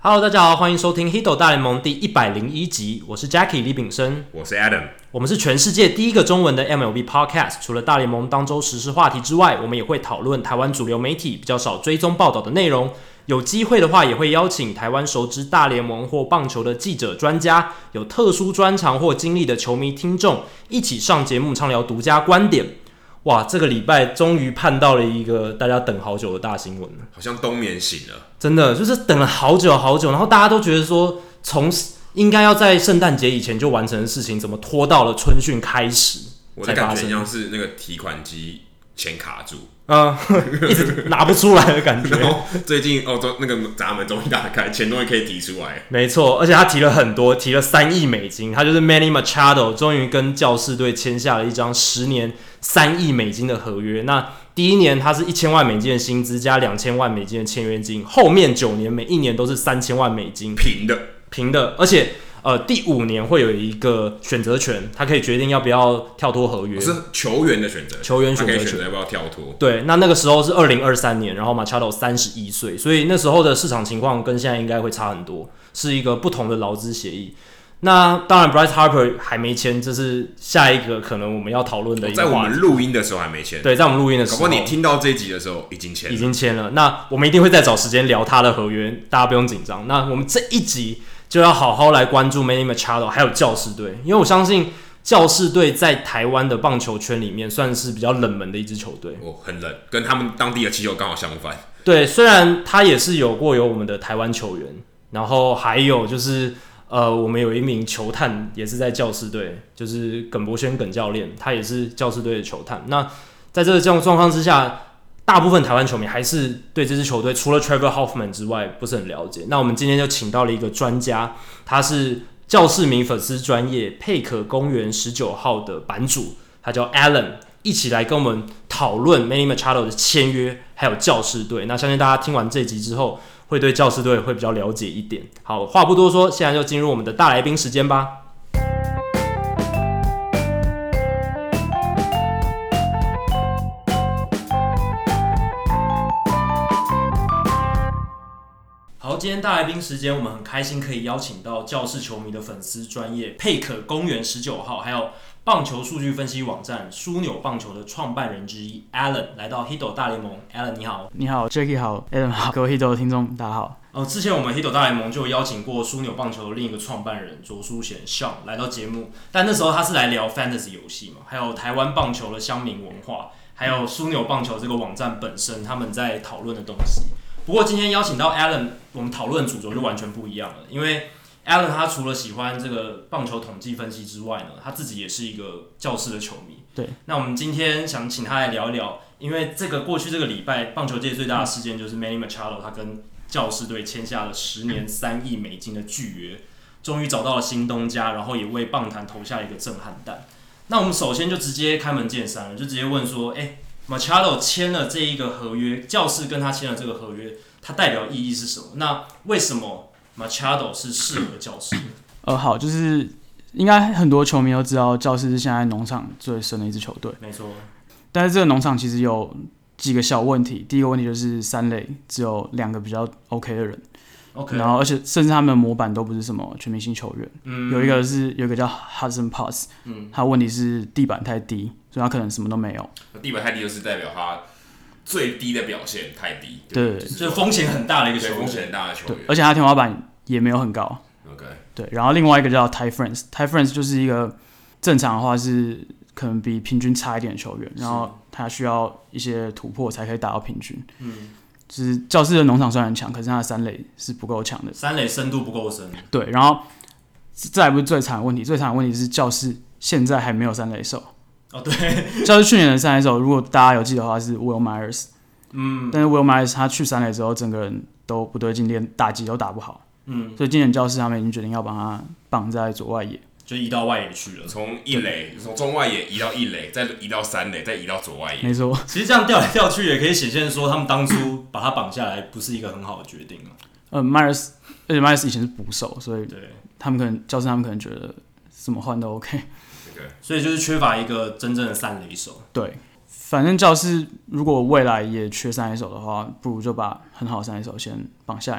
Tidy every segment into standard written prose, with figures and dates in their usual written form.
Hello， 大家好，欢迎收听《Hito 大联盟》第101集，我是 Jackie 李炳生， 我是 Adam， 我们是全世界第一个中文的 MLB Podcast。除了大联盟当周时事话题之外，我们也会讨论台湾主流媒体比较少追踪报道的内容。有机会的话，也会邀请台湾熟知大联盟或棒球的记者、专家，有特殊专长或经历的球迷听众，一起上节目畅聊独家观点。哇，这个礼拜终于盼到了一个大家等好久的大新闻了， 好像冬眠醒了， 真的就是等了好久好久，然后大家都觉得说，从应该要在圣诞节以前就完成的事情，怎么拖到了春训开始才发生？ 我的感觉像是那个提款机钱卡住， 一直拿不出来的感觉。 然后最近那个闸门终于打开，钱终于可以提出来。 没错，而且他提了很多，提了3亿美金，他就是 Manny Machado 终于跟教士队签下了一张10年3亿美金的合约。那第一年他是1000万美金的薪资加2000万美金的签约金，后面9年每一年都是3000万美金，平的，而且第5年会有一个选择权，他可以决定要不要跳脱合约， 是球员的选择， 球员选择权， 他可以选择要不要跳脱。 对，那个时候是2023年，然后 Machado 31岁，所以那时候的市场情况跟现在应该会差很多，是一个不同的劳资协议。那当然 ，Bryce Harper 还没签，这是下一个可能我们要讨论的一个话题。 在我们录音的时候还没签， 对，在我们录音的时候， 搞不好你听到这一集的时候已经签了。 那我们一定会再找时间聊他的合约，大家不用紧张。那我们这一集就要好好来关注 Manny Machado 还有教士队，因为我相信教士队在台湾的棒球圈里面算是比较冷门的一支球队。 很冷，跟他们当地的气球刚好相反。 对，虽然他也是有我们的台湾球员，然后还有就是我们有一名球探也是在教士队，就是耿博轩耿教练，他也是教士队的球探。那在这个状况之下，大部分台湾球迷还是对这支球队除了 Trevor Hoffman 之外不是很了解。那我们今天就请到了一个专家，他是教士迷粉丝专业佩可公园19号的版主，他叫 Alan， 一起来跟我们讨论 Manny Machado 的签约还有教士队。那相信大家听完这集之后会对教士队会比较了解一点。好，话不多说，现在就进入我们的大来宾时间吧。好，今天大来宾时间，我们很开心可以邀请到教士球迷的粉丝专业佩可公园19号，还有棒球数据分析网站枢纽棒球的创办人之一 Alan 来到 Hito 大联盟。Alan 你好。 你好 Jackie 好 Adam 好，各位 Hito 的听众大家好。 之前我们 Hito 大联盟就邀请过枢纽棒球的另一个创办人卓书贤 Sean 来到节目，但那时候他是来聊 Fantasy 游戏嘛，还有台湾棒球的乡民文化，还有枢纽棒球这个网站本身他们在讨论的东西。不过今天邀请到 Alan， 我们讨论的主轴就完全不一样了，因为 Alan 他除了喜欢这个棒球统计分析之外呢，他自己也是一个教士的球迷。 对， 那我们今天想请他来聊一聊，因为过去这个礼拜棒球界最大的事件就是 Manny Machado 他跟教士队签下了10年3亿美金的巨约，终于找到了新东家，然后也为棒坛投下一个震撼弹。那我们首先就直接开门见山了，就直接问说Machado 签了这一个合约，教士跟他签了这个合约，它代表意义是什么？那为什么 Machado 是适合教士？ 好，就是应该很多球迷都知道，教士是现在农场最深的一支球队。 没错。 但是这个农场其实有几个小问题。第一个问题就是三垒只有2个比较 OK 的人。 OK。 然后而且甚至他们的模板都不是什么全明星球员。有一个叫 Hudson Pass。他问题是地板太低，所以他可能什么都没有。 地板太低就是代表他最低的表现太低。 对， 就是风险很大的一个球员。 风险很大的球员。 而且他天花板也没有很高。 OK。 对，然后另外一个叫 Ty France。Ty France 就是一个正常的话是可能比平均差一点的球员，然后他需要一些突破才可以达到平均。就是教士的农场虽然很强，可是他的三垒是不够强的， 三垒深度不够深。 对，然后这还不是最惨的问题，最惨的问题是教士现在还没有三垒手。 对， 教士去年的三垒手，如果大家有记得的话是 Will Myers。但是 Will Myers 他去三垒之后，整个人都不对劲，连打击都打不好。所以今年教士他们已经决定要把他绑在左外野。 就移到外野去了， 从中外野移到一垒，再移到三垒，再移到左外野。 没错， 其实这样调来调去也可以显现说，他们当初把他绑下来不是一个很好的决定啊。 Myers， 而且 Myers 以前是捕手，所以他们可能教士他们可能觉得怎么换都 OK。 所以就是缺乏一个真正的三垒手。 对，反正教士如果未来也缺三垒手的话，不如就把很好的三垒手先绑下来嘛。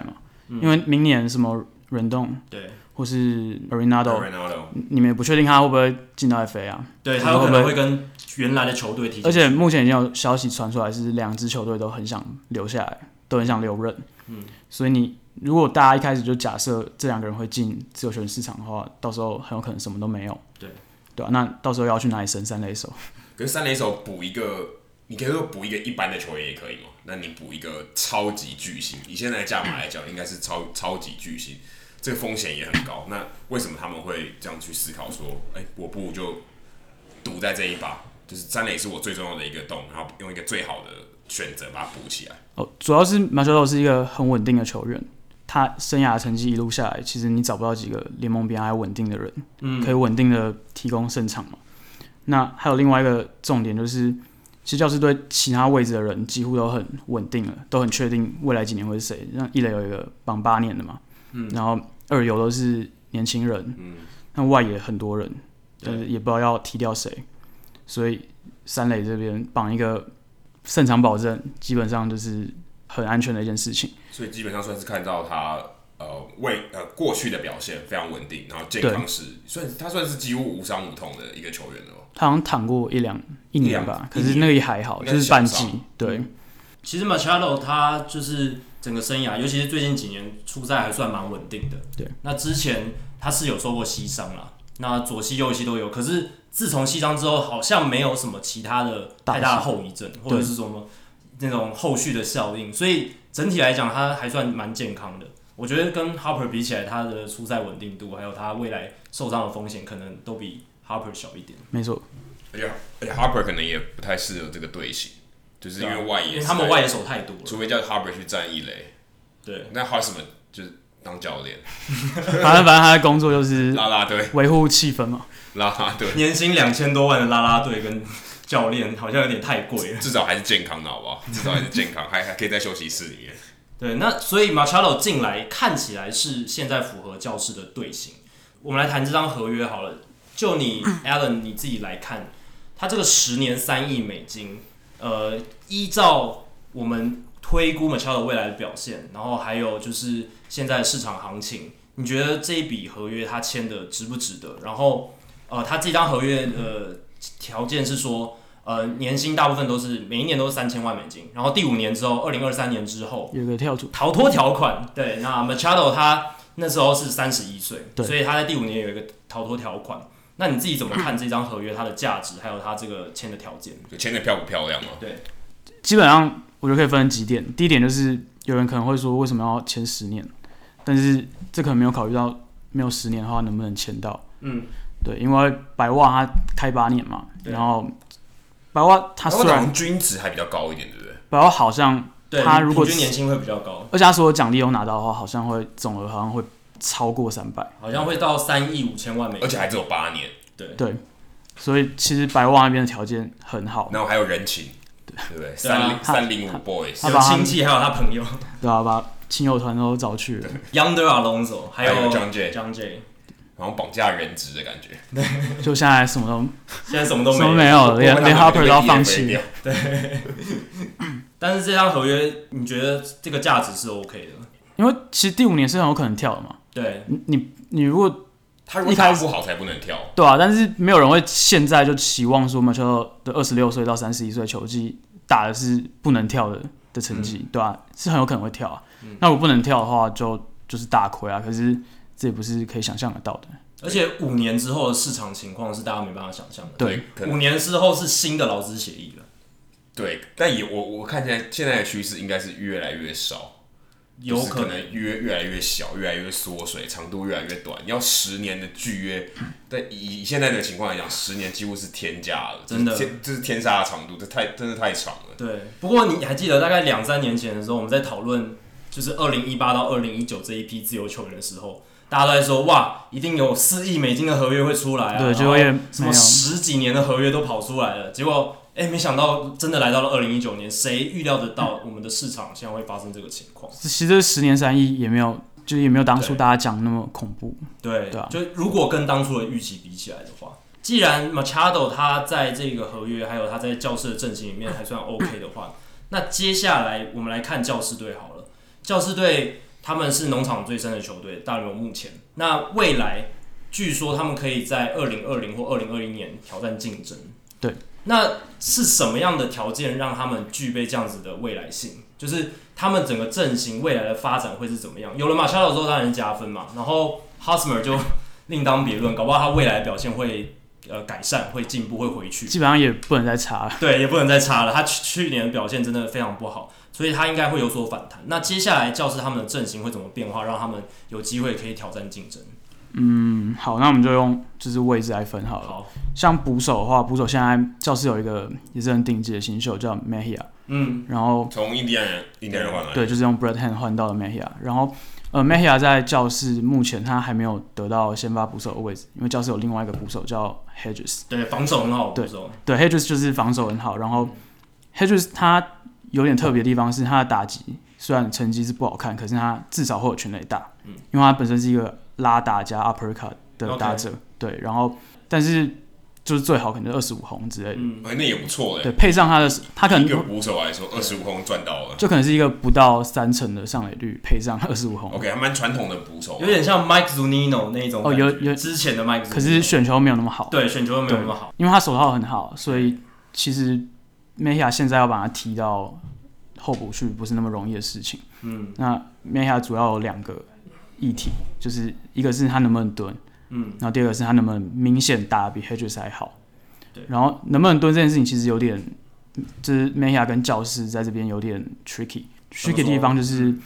因为明年什么忍动对， 或是 Arenado， Ronaldo 你们也不确定他会不会进到 FA 啊？ 对他有可能会跟原来的球队提， 而且目前已经有消息传出来，是2支球队都很想留下来，都很想留任。所以你如果大家一开始就假设这2个人会进自由球员市场的话，到时候很有可能什么都没有。对啊，那到时候要去哪里升3垒手？ 可是3垒手补一个，你可以说补一个一般的球员也可以嘛？那你补一个超级巨星，以现在的价码来讲，应该是超级巨星，这个风险也很高。那为什么他们会这样去思考说，我不如就赌在这一把，就是3垒是我最重要的一个洞，然后用一个最好的选择把它补起来。 主要是 Machado 是一个很稳定的球员，他生涯的成绩一路下来，其实你找不到几个联盟比他还稳定的人，可以稳定的提供胜场嘛。那还有另外一个重点就是，其实教士队其他位置的人几乎都很稳定了，都很确定未来几年会是谁。像一垒有一个绑8年的嘛，然后2游都是年轻人，那外野很多人，但是也不知道要踢掉谁，所以3垒这边绑一个胜场保证，基本上就是很安全的一件事情。 所以基本上算是看到他过去的表现非常稳定，然后健康时他算是几乎无伤无痛的一个球员了。 他好像躺过一年吧，可是那个也还好，就是半季。对， 其实 Machado 他就是整个生涯，尤其是最近几年出赛还算蛮稳定的。 对， 那之前他是有受过膝伤啦，那左膝右膝都有，可是自从膝伤之后，好像没有什么其他的太大的后遗症，或者是什么那种后续的效应，所以整体来讲他还算蛮健康的。我觉得跟 Harper 比起来，他的出赛稳定度还有他未来受伤的风险，可能都比 Harper 小一点。 没错， 而且 Harper 可能也不太适合这个队形，就是因为外野， 因为他们外野手太多了， 除非叫 Harper 去站一垒。 对， 那 Hosmer 就是当教练， 反正他的工作就是啦啦队维护气氛嘛。 啦啦队年薪2000多万的啦啦队跟教练好像有点太贵了， 至少还是健康的好不好？至少还是健康，还可以在休息室里面。 对，那所以 Machado 进来看起来是现在符合教士的队形。我们来谈这张合约好了，就你 Alan 你自己来看，他这个10年3亿美金，依照我们推估 Machado 未来的表现，然后还有就是现在的市场行情，你觉得这一笔合约他签的值不值得？然后他这张合约条件是说。年薪大部分都是每一年都是3000万美金，然后第5年之后，2023年之后有个跳出逃脱条款。对，那 Machado 他那时候是31岁，所以他在第5年有一个逃脱条款。那你自己怎么看这张合约它的价值，还有它这个签的条件？ 就签的漂不漂亮嘛？ 对， 基本上我觉得可以分几点。第一点就是有人可能会说，为什么要签10年？但是这可能没有考虑到没有10年的话能不能签到。对，因为白袜他开8年嘛，然后。白袜他虽然均值还比较高一点，对不对？ 白袜好像他如果平均年薪会比较高， 而且他所有奖励都拿到的话，好像会总额好像会超过300， 好像会到3亿5千万美金， 而且还只有8年。 对，所以其实白袜那边的条件很好， 然后还有人情，对不对？305 boys 有亲戚，还有他朋友， 对啊，把亲友团都找去了 ，Yonder Alonso， 还有 John Jay。 然后绑架人质的感觉， 就现在什么都没有， 连 Harper 都要放弃。 对，但是这张合约，你觉得这个价值是 OK 的？ 因为其实第5年是很有可能跳的嘛。 对， 你如果他如果打不好才不能跳， 对啊，但是没有人会现在就期望说 Machado 的26岁到31岁球季打的是不能跳的成绩，对啊，是很有可能会跳啊。那如果不能跳的话，就是大亏啊。可是这也不是可以想象得到的， 而且5年之后的市场情况是大家没办法想象的。 对 ，5年之后是新的劳资协议了。 对，但我看现在的趋势应该是越来越少， 有可能越来越小，越来越缩水，长度越来越短。要10年的剧约，但以现在的情况来讲，10年几乎是天价了， 真的， 这是天杀的长度，真的太长了。 对，不过你还记得大概2-3年前的时候，我们在讨论就是2018到2019这一批自由球员的时候。大家都在说哇，一定有4亿美金的合约会出来啊！ 对，就会什么10几年的合约都跑出来了。结果，没想到真的来到了2019年，谁预料得到我们的市场现在会发生这个情况？ 其实这10年3亿也没有当初大家讲那么恐怖。 对， 啊， 就如果跟当初的预期比起来的话，既然 Machado 他在这个合约还有他在教士的阵型里面还算 OK 的话，那接下来我们来看教士队好了。教士队他们是农场最深的球队，大联盟目前。那未来据说他们可以在2020或2021年挑战竞争。 对， 那是什么样的条件让他们具备这样子的未来性？就是他们整个阵型未来的发展会是怎么样？有了马查罗之后当然是加分嘛，然后 Hosmer 就另当别论，搞不好他未来的表现会改善、会进步、会回去。 基本上也不能再差了。 对，也不能再差了。他去年的表现真的非常不好，所以他应该会有所反弹。那接下来教士他们的阵型会怎么变化，让他们有机会可以挑战竞争？ 好，那我们就用就是位置来分好了。 好， 像捕手的话，捕手现在教士有一个也是很顶级的新秀叫 Mejia，然后从印第安人换来， 对，就是用 Brett Hand 换到了 Mejia，然后Mejia 在教士目前他还没有得到先发捕手的位置，因为教士有另外一个捕手叫 Hedges， 对，防守很好的捕手， 对 Hedges 就是防守很好，然后 Hedges 他有点特别的地方是他的打击虽然成绩是不好看，可是他至少会有全垒打，因为他本身是一个拉打加 uppercut 的打者，对，然后但是就是最好可能25轰之类的， 那也不错对，配上他可能一个捕手来说25轰赚到了， 就可能是一个不到30%的上垒率，配上25轰 ，OK， 还蛮传统的捕手， 有点像 Mike Zunino 那种感觉， 有之前的 Mike Zunino， 可是选球没有那么好， 对，选球没有那么好， 因为他手套很好，所以其实 Mejia 现在要把他踢到候补去不是那么容易的事情。那 Mejia 主要有2个议题，就是一个是他能不能蹲，然后第二个是他能不能明显打得比 Hedges 还好。然后能不能蹲这件事情其实有点，就是 Mejia 跟教士在这边有点 tricky 的地方就是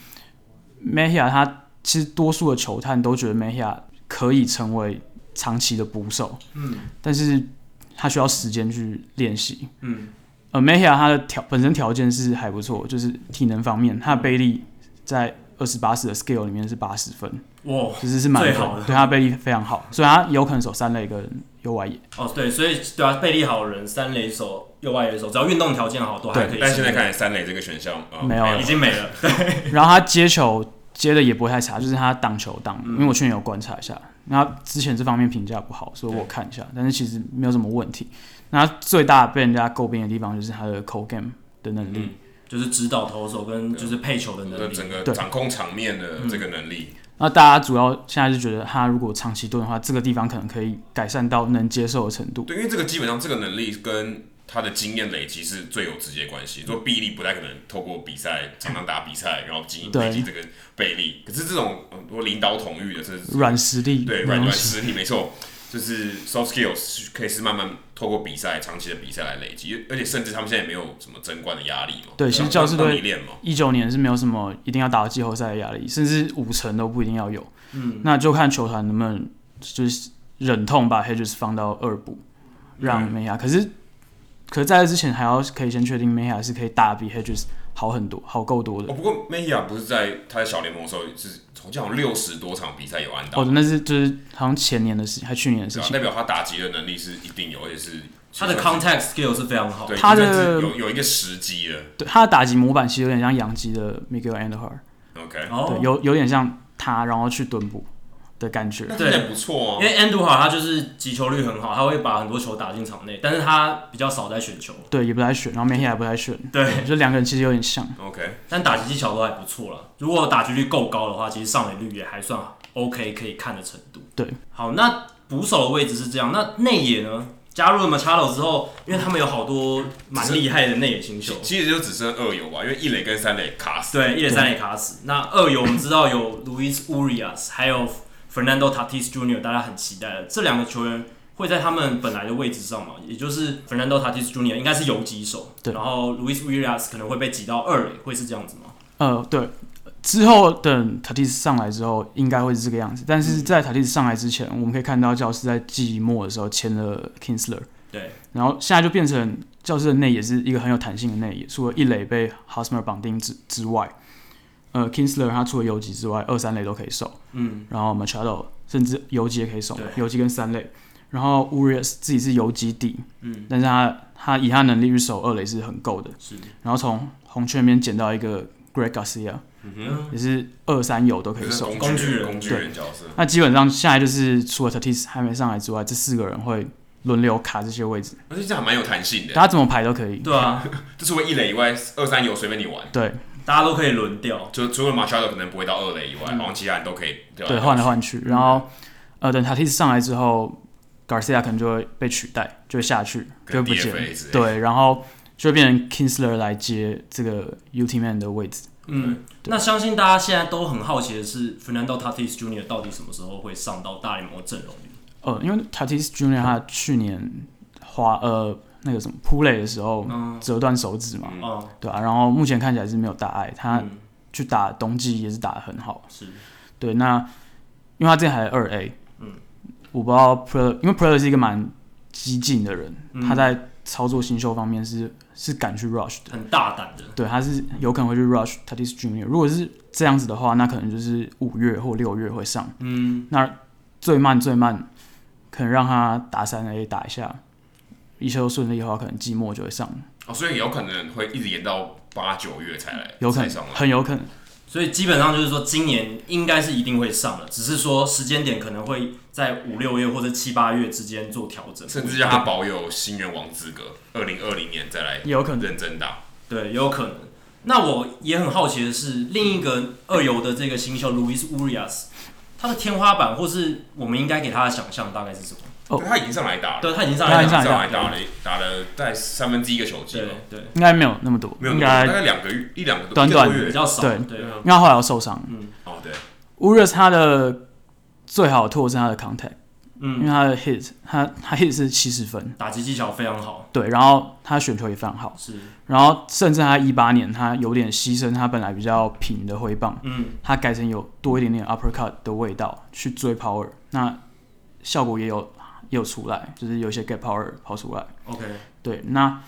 Mejia 他其实多数的球探都觉得 Mejia 可以成为长期的捕手，但是他需要时间去练习。Mejia 他的本身条件是还不错，就是体能方面，他的背力在28的 scale 里面是80分， 哇， 其实是蛮好的， 对，他背力非常好，所以他有可能守三垒跟右外野。 对，所以对啊，背力好的人，三垒手、右外野手，只要运动条件好，都还可以。 但现在看来三垒这个选项没有了， 已经没了。对， 然后他接球接的也不会太差，就是他挡球挡，因为我去年有观察一下，那他之前这方面评价不好，所以我看一下，但是其实没有什么问题。那他最大被人家诟病的地方就是他的 cold game 的能力， 就是指导投手跟就是配球的能力， 整个掌控场面的这个能力。 那大家主要现在是觉得他如果长期蹲的话，这个地方可能可以改善到能接受的程度。 对，因为这个基本上这个能力跟他的经验累积是最有直接关系。说臂力不太可能透过比赛常常打比赛，然后累积这个背力。可是这种多领导统御的，是软实力， 对软实力没错。就是 soft skills 可以是慢慢透过比赛、长期的比赛来累积，而且甚至他们现在也没有什么争冠的压力嘛。 对，其实教士队练嘛 ，19年是没有什么一定要打到季后赛的压力，甚至5成都不一定要有。那就看球团能不能就是忍痛把 Hedges 放到2部，让 Mejia。可是在这之前还要可以先确定 Mejia 是可以打比 Hedges 好很多、好够多的。 不过 Mejia 不是他在小联盟的时候是好像60多场比赛有安打。 那是就是好像前年的事情，还去年的事情。 代表他打击的能力是一定有，而且是他的 contact skill 是非常好。 对， 他的有一个时机了。 对，他的打击模板其实有点像洋基的 Miguel Andujar。OK。对，有点像他，然后去蹲捕的感觉。 对，不错因为 Andujar 他就是击球率很好，他会把很多球打进场内，但是他比较少在选球。 对，也不太选，然后 Mejia 也不太选。 对， 就2个人其实有点像。 OK。 但打击技巧都还不错啦。如果打击率够高的话，其实上垒率也还算 OK， 可以看的程度。 对。 好，那捕手的位置是这样，那内野呢？加入了 Machado 之后，因为他们有好多蛮厉害的内野新秀， 其实就只剩2游吧，因为1垒跟3垒卡死。 对，1垒3垒卡死。那2游我们知道有 Luis Urias， 还有 Fernando Tatis Jr.， 大家很期待的这2个球员会在他们本来的位置上嘛，也就是 Fernando Tatis Jr. 应该是游击手，然后 Luis Urias 可能会被挤到2垒，会是这样子吗？ 对。之后等 Tatis 上来之后，应该会是这个样子。但是在 Tatis 上来之前，我们可以看到教士在季末的时候签了 Kinsler， 对， 然后现在就变成教士的内野是一个很有弹性的内野，除了1垒被 Hosmer 绑定之外，Kinsler 他除了游击之外，2、3垒都可以守，然后 Machado 甚至游击也可以守，游击跟3垒，然后 Urias 自己是游击底，但是他以他能力去守2垒是很够的，然后从红雀那边捡到一个 Greg Garcia。也是2、3游都可以守， 工具人角色。 那基本上现在就是除了 Tatis 还没上来之外，这4个人会轮流卡这些位置， 而且这样蛮有弹性的， 他怎么排都可以。 对啊， 就除了1垒以外，2、3游随便你玩。 对， 大家都可以轮调， 就除了 Machado 可能不会到2垒以外，好像其他人都可以调来调去。 对，换来换去。然后等 Tatis 上来之后 ，Garcia 可能就会被取代，就会下去，就会不见。对，然后就会变成 Kinsler 来接这个 UT Man 的位置。 那相信大家现在都很好奇的是 ，Fernando Tatis Jr. 到底什么时候会上到大联盟阵容里？ 因为 Tatis Jr. 他去年那个什么扑垒的时候折断手指嘛，对啊，然後目前看起来是没有大碍，他去打冬季也是打得很好， 是， 对，那因为他之前还是2A，我不知道 因为 Preller 是一个蛮激进的人，他在操作新秀方面是敢去 rush 的， 很大胆的， 对，他是有可能会去 rush Tatis Jr. 如果是这样子的话，那可能就是5月或6月会上，那最慢可能让他打3A 打一下。一切都顺利的话，可能季末就会上。 所以有可能会一直延到8、9月才来， 有可能，很有可能。 所以基本上就是说，今年应该是一定会上的，只是说时间点可能会在5、6月或者7、8月之间做调整， 甚至让他保有新人王资格，2020年再来认真打。 对，有可能。那我也很好奇的是，另一个2游的这个新秀 Luis Urias， 他的天花板或是我们应该给他的想象大概是什么？ 对，他已经上来打了。 对，他已经上来打了大概1/3个球季了。 对， 应该没有那么多， 应该大概2个月，1、2个多， 短月比较少。 对， 因为他后来要受伤。 对。 Urias 他的最好的拓是他的 contact，因为他的 hit， 他 hit 是70分， 打击技巧非常好。 对，然后他选球也非常好。 是。 然后甚至他18年他有点牺牲他本来比较平的挥棒，他改成有多一点点 uppercut 的味道去追 power， 那效果也有出来，就是有些 get power 跑出来。 OK， 对，那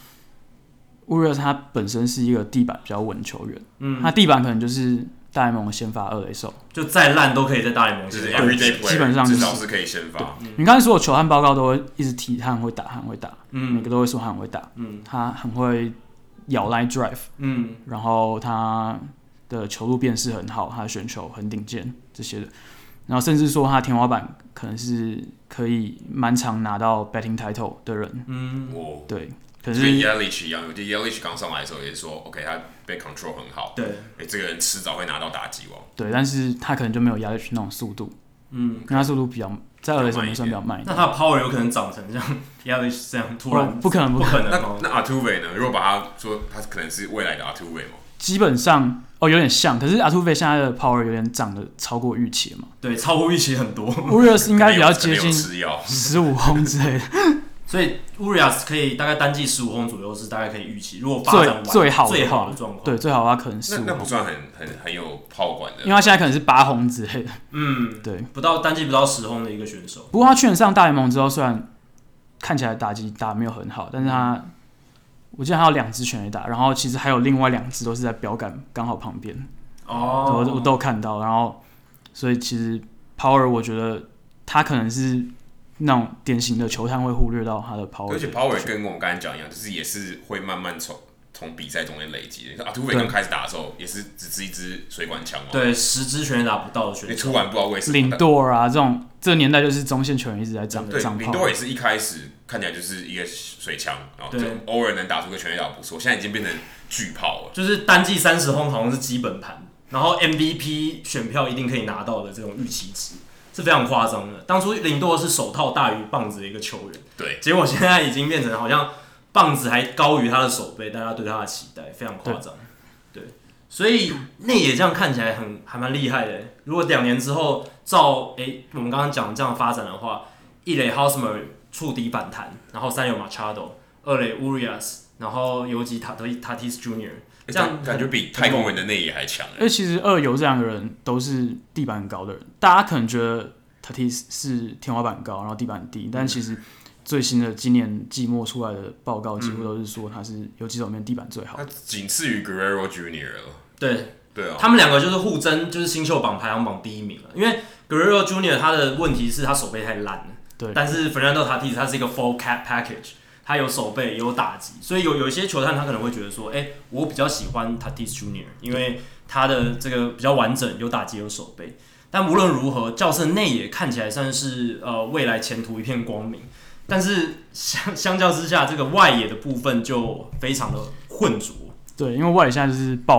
Urias 他本身是一个地板比较稳的球员，他地板可能就是大联盟的先发2垒手， 就再烂都可以在大联盟就是 everyday player， 基本上至少是可以先发。 你刚才说的球探报告都会一直提他很会打，每个都会说他很会打，他很会咬 line drive，然后他的球路辨识很好，他的选球很顶尖这些的。然后甚至说他的天花板可能是可以蛮常拿到 batting title 的人，对，可是跟 Yelich 一样，我记得 Yelich 刚上来的时候也是说 ，OK， 他被 control 很好， 对， 这个人迟早会拿到打击王， 对，但是他可能就没有 Yelich 那种速度，因为他速度比较在2垒手算比较慢一点。 那他的 power 有可能长成像 Yelich 这样突然？ 不可能。 那 Altuve 呢？如果把他说他可能是未来的 Altuve 吗？ 基本上有点像，可是 Altuve 现在的 power 有点涨得超过预期嘛？ 对，超过预期很多。 Urias 应该比较接近15轰之类的， 所以 Urias 可以大概单季15轰左右是大概可以预期。如果发展完最好的状况， 对，最好的话可能15。 那不算很有炮管的， 因为他现在可能是8轰之类的。对， 单季不到10轰的一个选手。 不过他去年上大联盟之后，虽然看起来打击打没有很好，但是我记得他有2支全垒打，然后其实还有另外2支都是在标杆刚好旁边。我都有看到，然后所以其实 power 我觉得他可能是那种典型的球探会忽略到他的 power， 而且 power 跟我们刚才讲一样，就是也是会慢慢从比赛中间累积的。Altuve 刚开始打的时候也是只是一支水管枪， 对，10支全垒打不到的选手， 你突然不知道为什么。 领舵啊，这个年代就是中线球员一直在涨炮。 领舵也是一开始看起来就是一个水枪，然后就偶尔能打出个全垒打不错，现在已经变成巨炮了。 就是单季30轰好像是基本盘，然后 MVP 选票一定可以拿到的这种预期值。是非常夸张的。当初领舵是手套大于棒子的一个球员， 对， 结果现在已经变成好像棒子还高于他的手背，大家对他的期待非常夸张。对，所以内野这样看起来还蛮厉害的。如果2年之后照我们刚刚讲的这样发展的话，一垒 Hosmer 触底反弹，然后3垒 Machado， 2垒 Urias， 然后游击 Tatis Jr.， 这样感觉比太空人的内野还强。 因为其实2游这2个人都是地板很高的人，大家可能觉得 Tatis 是天花板高，然后地板很低，但其实最新的今年季末出来的报告几乎都是说他是游击手里面地板最好， 他仅次于 Guerrero Jr. 了。对啊， 他们2个就是互争，就是新秀榜排行榜第1名了。因为 Guerrero Jr. 他的问题是他手背太烂了， 对， 但是 Fernando Tatis 他是一个 full cat package。他有手背，也有打击，所以有一些球探他可能会觉得说，我比较喜欢 Tatis Jr.， 因为他的这个比较完整，有打击有手背。但无论如何，教士内野看起来算是未来前途一片光明，但是相较之下，这个外野的部分就非常的混浊。 对，因为外野现在就是爆满嘛，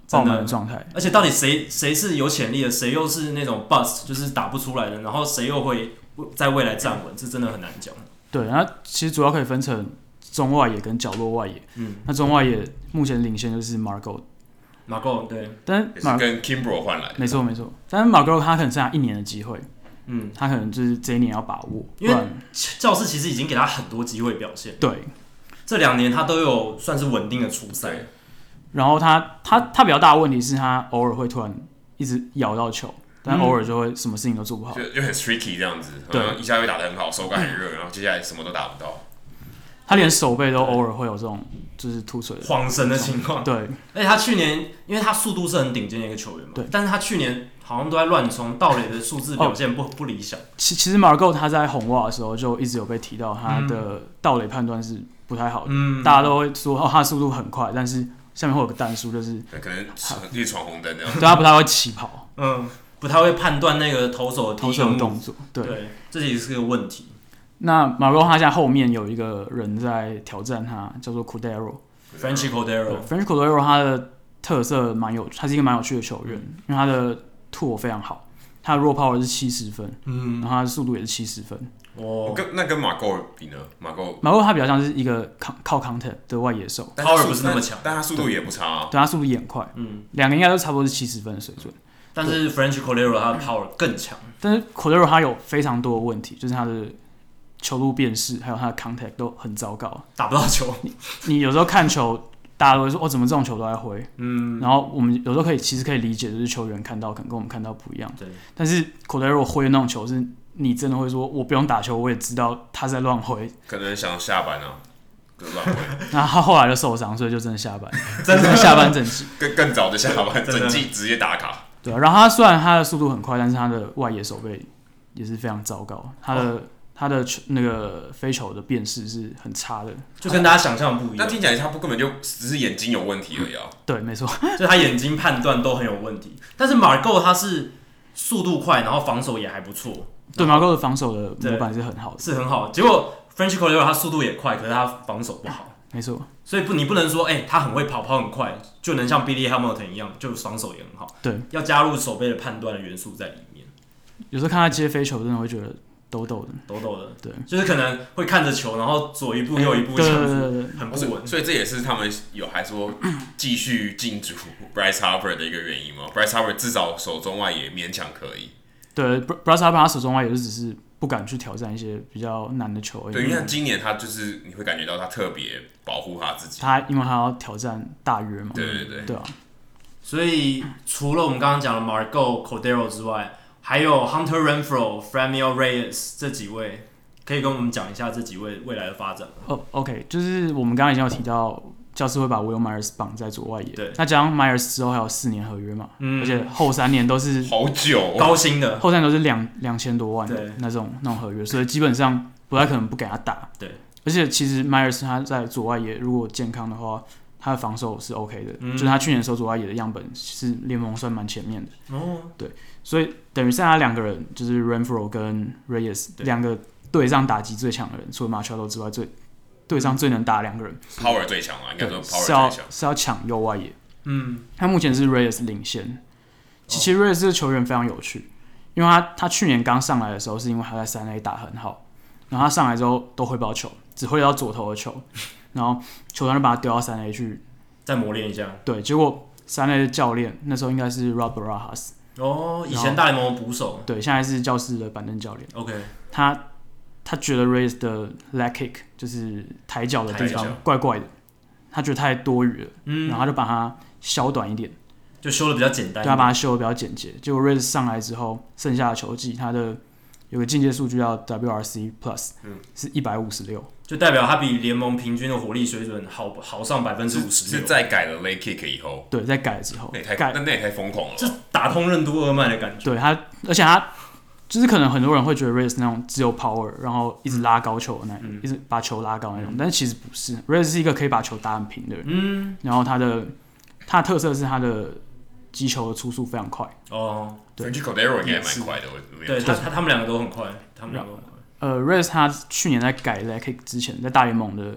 爆满的状态。 而且到底谁是有潜力的，谁又是那种 bust， 就是打不出来的，然后谁又会在未来站稳，这真的很难讲。 对，那其实主要可以分成中外野跟角落外野。那中外野目前领先就是 Margot， 对， 但也是跟 Kimbrough 换来的。 没错，但是 Margot 他可能剩下1年的机会。他可能就是这一年要把握， 因为教士其实已经给他很多机会表现。 对， 这2年他都有算是稳定的出赛。 然后他比较大的问题是他偶尔会突然一直咬到球，但偶尔就会什么事情都做不好， 就很 tricky 这样子。 对， 一下会打得很好，手感很热，然后接下来什么都打不到。 他连手背都偶尔会有这种就是突锤晃神的情况。 对， 而且他去年因为他速度是很顶尖的一个球员嘛，对，但是他去年好像都在乱冲，盗垒的数字表现不理想。 其实 Margot 他在红袜的时候就一直有被提到他的盗垒判断是不太好的，大家都会说他的速度很快，但是下面会有个弹数，就是可能一直闯红灯这样， 对他不太会起跑， 不太会判断那个投手的动作，对， 这也是个问题。 那 Margot 他现在后面有一个人在挑战他，叫做 Franchy Cordero。Franchy Cordero 他的特色他是一个蛮有趣的球员，因为他的tool 非常好，他的 raw power 是70分，然后他的速度也是70分。 那跟马购比呢？马购他比较像是一个靠 contact 的外野手 ，power 不是那么强， 但他速度也不差啊。 对，他速度也很快，两个应该都差不多是70分的水准。 但是 Franchy Cordero 他的 power 更强， 但是 Cordero 他有非常多的问题，就是他的球路辨识还有他的 contact 都很糟糕， 打不到球。 你有时候看球，大家都会说怎么这种球都在挥，然后我们有时候其实可以理解，就是球员看到可能跟我们看到不一样，对。但是 Cordero 挥的那种球是，你真的会说，我不用打球，我也知道他在乱挥， 可能想下班啊，乱挥。 那他后来就受伤，所以就真的下班，真的下班整季， 更早就下班，整季直接打卡。 对啊，然后他虽然他的速度很快，但是他的外野手背也是非常糟糕，他的那个飞球的辨识是很差的， 就跟大家想象的不一样。 那听起来他根本就只是眼睛有问题而已啊。 对，没错， 就他眼睛判断都很有问题。但是 Margot 他是速度快，然后防守也还不错。 对 ，Margot 的防守的模板是很好的， 是很好。结果 Franchy Cordero 他速度也快，可是他防守不好。 没错， 所以你不能说他很会跑很快，就能像 Billy Hamilton 一样，就防守也很好。 对， 要加入手背的判断的元素在里面。 有时候看他接飞球，真的会觉得抖抖的，对， 就是可能会看着球，然后左一步右一步，对，很不稳。 所以这也是他们还说继续进驻 Bryce Harper 的一个原因嘛。Bryce Harper 至少手中外也勉强可以。 对 ，Bryce Harper 他手中外也就只是不敢去挑战一些比较难的球而已。 对，因为今年他就是你会感觉到他特别保护他自己。 因为他要挑战大约嘛。 对啊。 所以除了我们刚刚讲的 Margot Cordero 之外，还有 Hunter Renfroe、Franmil Reyes 这几位，可以跟我们讲一下这几位未来的发展吗 ？OK， 就是我们刚刚已经有提到，教士会把 Will Myers 绑在左外野。 对。 那加上 Myers 之后还有4年合约嘛，而且后3年都是好久高薪的， 后3年都是2000多万的那种合约，所以基本上不太可能不给他打。 对。 而且其实 Myers 他在左外野如果健康的话，他的防守是 OK 的，就是他去年守左外野的样本是联盟算蛮前面的。对，所以等于剩下2个人，就是 Renfroe 跟 Reyes 2个队上打击最强的人，除了 Machado 之外，队上最能打2个人 ，Power 最强啊，应该说 Power 最强是要抢右外野。他目前是 Reyes 领先。其实 Reyes 这个球员非常有趣，因为他去年刚上来的时候，是因为他在3A 打很好，然后他上来之后都挥不到球，只挥到左投的球。然后球团就把他丢到3A 去， 再磨练一下。 对，结果3A 的教练那时候应该是 Rob Barajas， 以前大联盟的捕手。 对，现在是教士的板凳教练。 OK， 他觉得 Reyes 的 leg kick 就是抬脚的地方怪怪的，他觉得太多余了，然后他就把它削短一点， 就修的比较简单。 对，他把它修的比较简洁。结果 Reyes 上来之后，剩下的球技他的有个进阶数据叫 WRC Plus，是156。 就代表他比联盟平均的火力水准好上50%。 是在改了 leg kick 以后。 对，在改了之后。 那也太疯狂了。 就打通任督二脉的感觉。 对而且他就是可能很多人会觉得 Reyes 那种只有 power， 然后一直拉高球的那种，一直把球拉高那种，但是其实不是。Reyes 是一个可以把球打很平的人。然后他的特色是他的击球的出速非常快。 对 ，Franchy Cordero 应该也蛮快的。 对，他们2个都很快，Reyes 他去年在改 leg kick 之前，在大联盟的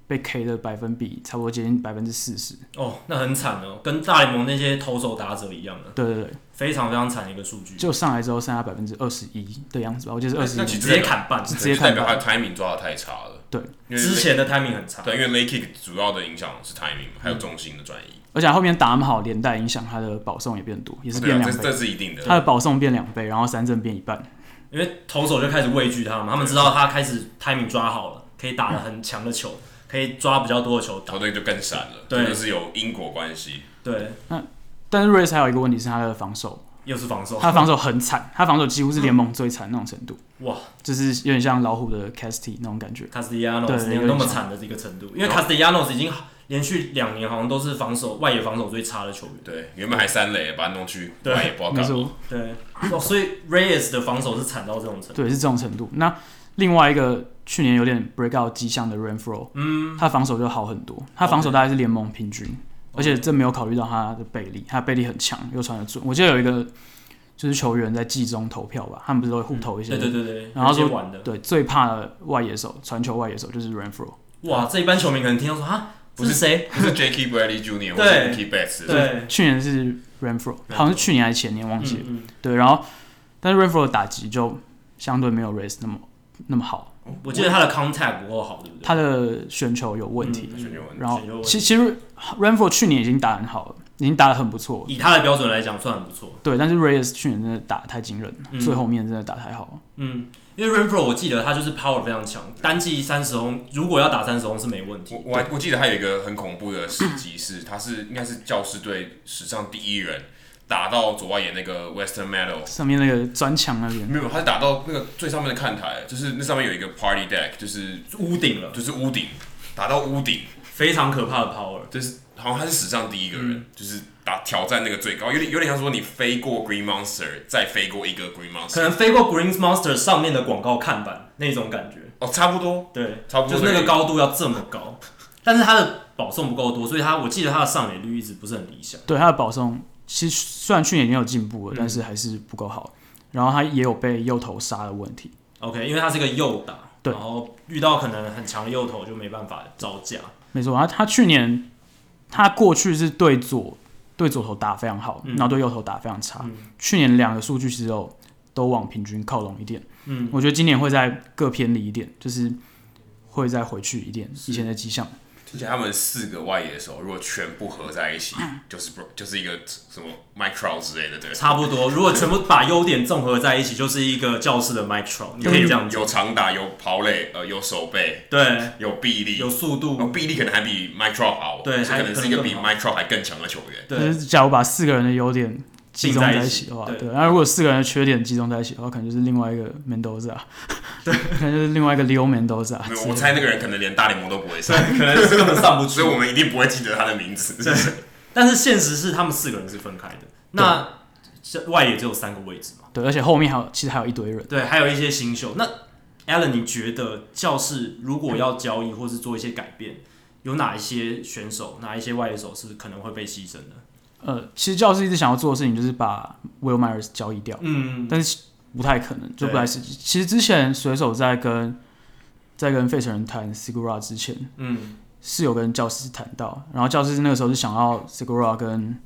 被 K 的百分比差不多接近40%。 哦，那很惨哦，跟大联盟那些投手打者一样的。 对对对， 非常非常惨的一个数据。 就上来之后剩下21%的样子吧，我记得是21%， 直接砍半， 直接砍半。 代表他的 timing 抓的太差了。 对， 之前的 timing 很差。 对，因为 late kick 主要的影响是 timing， 还有重心的转移。 而且他后面打那么好，连带影响他的保送也变多，也是变2倍。 这是一定的。 他的保送变2倍，然后三振变1半。 因为投手就开始畏惧他们，他们知道他开始 timing 抓好了，可以打得很强的球，可以抓比较多的球打， 球队就更闪了。 对， 这是有因果关系。 对。 但是 Reyes 还有一个问题是他的防守。 又是防守， 他防守很惨，他防守几乎是联盟最惨那种程度。 哇， 就是有点像老虎的 Casty 那种感觉。 Castellanos 有那么惨的这个程度，因为 Castellanos 已经连续2年好像都是外野防守最差的球员。 对，原本还3垒，把他弄去外野，不知道干嘛。 对，所以 Reyes 的防守是惨到这种程度。 对，是这种程度。那另外一个去年有点 breakout 迹象的 Renfroe，他防守就好很多，他防守大概是联盟平均。而且这没有考虑到他的背力，他的背力很强，又传得准。我记得有一个就是球员在季中投票吧，他们不是都会互投一些， 对， 然后说对最怕的外野手，传球外野手就是 Renfroe。 哇，这一般球迷可能听到说啊，不是谁？ 不是 J.K. Bradley Jr. 或者 Mookie Betts。 对， 去年是 Renfroe， 好像是去年还是前年忘记了。对，然后但是 Renfroe 的打击就相对没有 Reyes 那么好。 我记得他的 contact 不够好，对不对？ 他的选球有问题，然后其实 Renfroe 去年已经打很好了，已经打得很不错。 以他的标准来讲，算很不错。 对，但是 Reyes 去年真的打得太惊人了，最后面真的打太好了。 因为 Renfroe 我记得他就是 power 非常强，单季30轰，如果要打30轰是没问题。 我记得他有一个很恐怖的事迹是，他是应该是教士队史上第一人。打到左外野那个 Western Meadow 上面那个砖墙那边， 没有，他是打到那个最上面的看台，就是那上面有一个 party deck， 就是屋顶了， 就是屋顶，打到屋顶， 非常可怕的 power， 就是好像他是史上第一个人，就是挑战那个最高，有点像说你飞过 Green Monster， 再飞过一个 Green Monster， 可能飞过 Green Monster 上面的广告看板那种感觉， 哦，差不多， 对， 差不多， 就是那个高度要这么高，但是他的保送不够多，所以我记得他的上垒率一直不是很理想， 对他的保送。其实虽然去年已经有进步了，但是还是不够好。然后他也有被右投杀的问题。 OK， 因为他是个右打， 对， 然后遇到可能很强的右投就没办法招架。 没错，他去年他过去是对左投打非常好，然后对右投打非常差。去年2个数据其实都往平均靠拢一点。我觉得今年会再各偏离一点，就是会再回去一点以前的迹象。 而且他们4个外野手如果全部合在一起，就是一个什么 Mike Trout 之类的，对， 差不多。如果全部把优点综合在一起，就是一个教室的 Mike Trout， 你可以这样有长打，有跑垒，有手背， 对， 有臂力， 有速度， 臂力可能还比 Mike Trout 好， 对， 可能是一个比 Mike Trout 还更强的球员。 对，假如把4个人的优点集中在一起的话，对，那如果4个人的缺点集中在一起的话，可能就是另外一个 Mendoza， 对，可能就是另外一个 Leo Mendoza。 我猜那个人可能连大联盟都不会上， 可能是根本上不去， 所以我们一定不会记得他的名字。 但是现实是他们4个人是分开的，那外野只有3个位置嘛？ 对，而且后面其实还有一堆人， 对，还有一些新秀。那 Alan， 你觉得教室如果要交易或是做一些改变，有哪一些选手、哪一些外野手是可能会被牺牲的？ 其实教士一直想要做的事情就是把 Will Myers 交易掉，但是不太可能，就不太实际。其实之前水手在跟费城人谈 Segura 之前，是有跟教士谈到，然后教士那个时候是想要 Segura 跟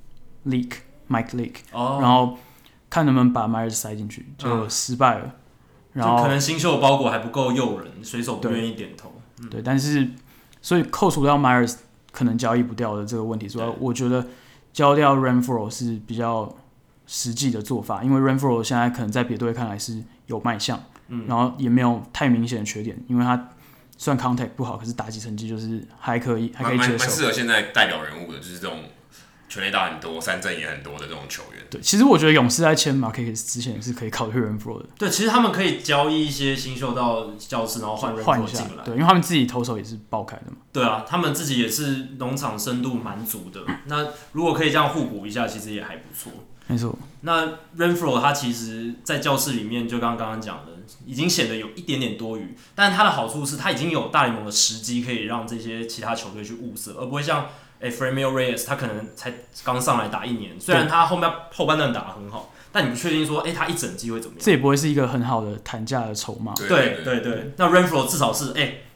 Mike Leake，然后看能不能把 Myers 塞进去，就失败了。然后可能新秀包裹还不够诱人，水手不愿意点头。 对，但是所以扣除掉 Myers 可能交易不掉的这个问题之外，我觉得交掉 Renfroe 是比较实际的做法，因为 Renfroe 现在可能在别队看来是有卖相，然后也没有太明显的缺点，因为他虽然 contact 不好，可是打击成绩就是还可以接受， 蛮适合现在代表人物的，就是这种全垒打很多、三振也很多的这种球员。 对，其实我觉得勇士在签 Marquez 之前也是可以考虑 Renfroe 的。 对，其实他们可以交易一些新秀到教室，然后换 Renfroe 进来。 对，因为他们自己投手也是爆开的嘛。 对啊，他们自己也是农场深度蛮足的。那如果可以这样互补一下，其实也还不错。 没错。 那 Renfroe 他其实，在教室里面，就刚刚讲的，已经显得有一点点多余。但他的好处是，他已经有大联盟的时机，可以让这些其他球队去物色，而不会像Franmil Reyes 他可能才刚上来打1年，虽然他后半段打得很好，但你不确定说，他一整季会怎么样？ 这也不会是一个很好的谈价的筹码。 对。那 Renfroe 至少是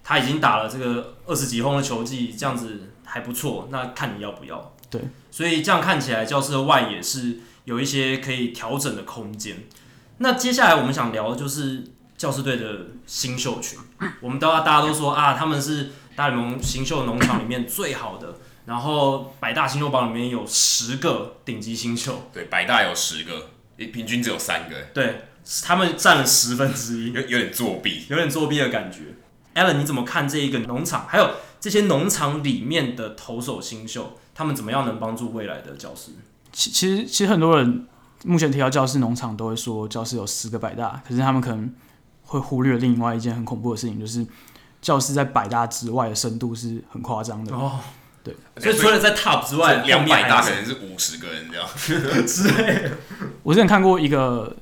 他已经打了这个20几轰的球季，这样子还不错，那看你要不要。 对， 所以这样看起来，教士的外野是有一些可以调整的空间。那接下来我们想聊的就是教士队的新秀群。我们大家都说啊，他们是大联盟新秀农场里面最好的，然后100大新秀榜里面有10个顶级新秀。 对，100大有10个，平均只有3个。 对，他们占了1/10， 有点作弊， 有点作弊的感觉。Alan， 你怎么看这一个农场？还有这些农场里面的投手新秀，他们怎么样能帮助未来的教士？ 其实很多人目前提到教士农场都会说教士有10个100大，可是他们可能会忽略另外一件很恐怖的事情，就是教士在100大之外的深度是很夸张的。 哦， 对， 所以除了在 top 之外 200大可能是50个人这样之类的。 我之前看过一个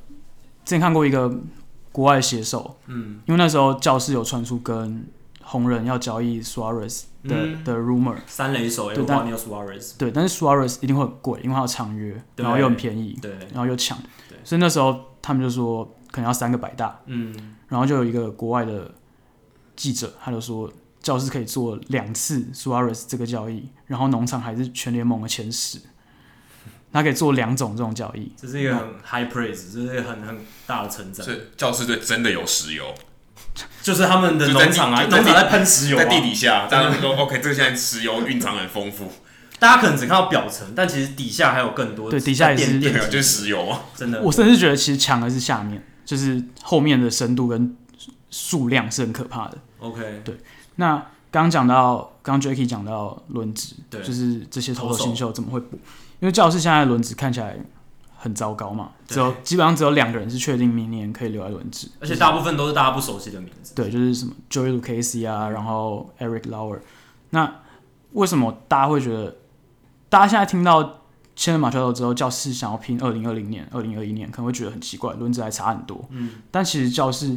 国外的写手，因为那时候教士有传出跟红人要交易 Suarez 的 rumor， 三垒手 Eugenio Suarez， 对，但是 Suarez 一定会很贵，因为他有长约，然后又很便宜， 对， 然后又强，所以那时候他们就说可能要3个100大，然后就有一个国外的记者，他就说教士可以做2次 Suarez 这个交易，然后农场还是全联盟的前10。他可以做2种这种交易， 这是一个很 high praise， 这是一个很大的称赞。 所以教士队真的有石油， 就是他们的农场啊，农场在喷石油， 在地底下，大家都说 OK， 这个现在石油蕴藏很丰富。 大家可能只看到表层，但其实底下还有更多。 对，底下也是就是石油啊， 真的。 我甚至觉得其实强的是下面，就是后面的深度跟数量是很可怕的。 OK， 对。那刚 Jacky 讲到轮值，就是这些投手新秀怎么会补？因为教士现在的轮值看起来很糟糕嘛，基本上只有2个人是确定明年可以留在轮值， 而且大部分都是大家不熟悉的名字。 对，就是什么 Joey Lucchesi 啊，然后 Eric Lauer。那为什么大家会觉得，大家现在听到签了马乔多之后，教士想要拼2020年、2021年，可能会觉得很奇怪，轮值还差很多。但其实教士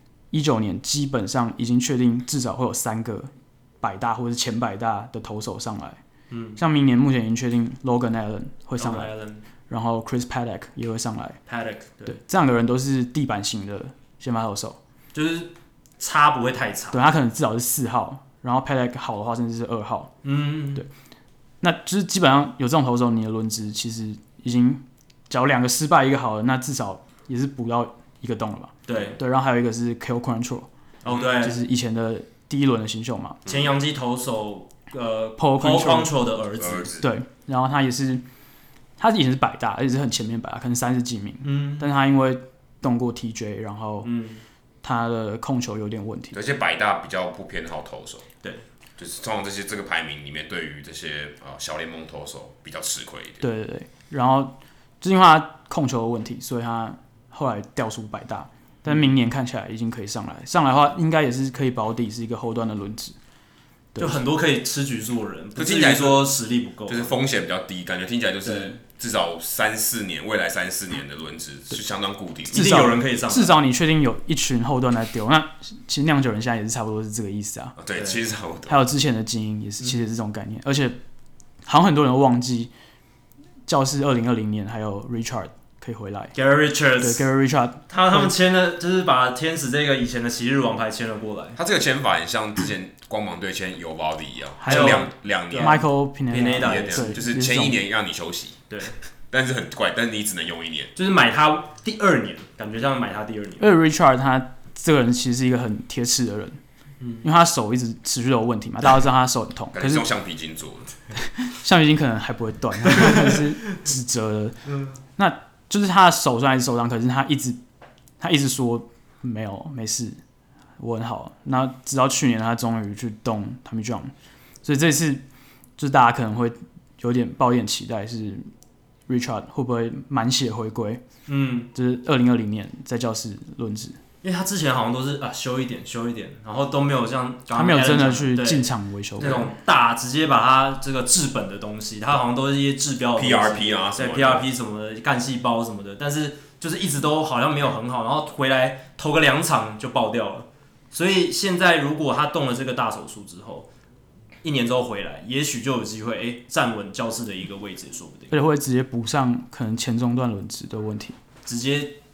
19年基本上已经确定至少会有3个100大或者是前100大的投手上来。像明年目前已经确定 Logan Allen 会上来，然后 Chris Paddock 也会上来。对，这2个人都是地板型的先发投手， 就是差不会太差。 对，他可能至少是4号，然后 Paddock 好的话甚至是2号。对，那就是基本上有这种投手，你的轮值其实已经，假如2个失败1个好了，那至少也是补到1个洞了吧？ 对， 然后还有一个是 Cal Quantrill， 对， 就是以前的第1轮的新秀嘛， 前洋基投手。 Paul Quantrill 的儿子， 对，然后他以前是100大，而且是很前面100大，可能30几名，但是他因为动过 TJ， 然后他的控球有点问题， 而且100大比较不偏好投手， 对， 就是通常这个排名里面，对于这些小联盟投手比较吃亏一点，对，然后就是因为他控球的问题，所以他后来掉出100大，但明年看起来已经可以上来的话，应该也是可以保底，是一个后段的轮值。 就很多可以吃局数的人，不至于说实力不够， 就是风险比较低，感觉听起来就是至少未来3-4年的轮值是相当固定， 至少有人可以上， 至少你确定有一群后段来丢。那其实酿酒人现在也是差不多是这个意思啊。 对，其实差不多。 还有之前的精英也是，其实是这种概念，而且好像很多人都忘记，教士2020年还有 Richard 可以回来 ，Gary Richards， 对 Gary Richard， 他们签了，就是把天使这个以前的昔日王牌签了过来。 他这个签法很像之前光芒队签尤保迪一样， 还有两年 Michael Pineda， 就是签1年让你休息， 对， 但是很怪，但是你只能用1年， 就是买他第2年，感觉像买他第2年。 因为 Richard 他这个人其实是一个很贴齿的人，因为他手一直持续有问题嘛，大家都知道他手很痛， 可是用橡皮筋做的， 橡皮筋可能还不会断，可能是纸折的。那就是他的手虽然还是受伤，可是他一直说没事，我很好。那直到去年他终于去动 Tommy John， 所以这次就是大家可能会抱一点期待，是 Richard 会不会满血回归？就是2020年在教士轮值。 因为他之前好像都是修一点，然后都没有像他没有真的去进场维修那种直接把他这个治本的东西，他好像都是一些治标的 PRP 啊， 对 PRP 什么的干细胞什么的，但是就是一直都好像没有很好，然后回来投个2场就爆掉了。所以现在如果他动了这个大手术之后，1年之后回来，也许就有机会站稳教士的一个位置，也说不定。 而且会直接补上可能前中段轮值的问题。 直接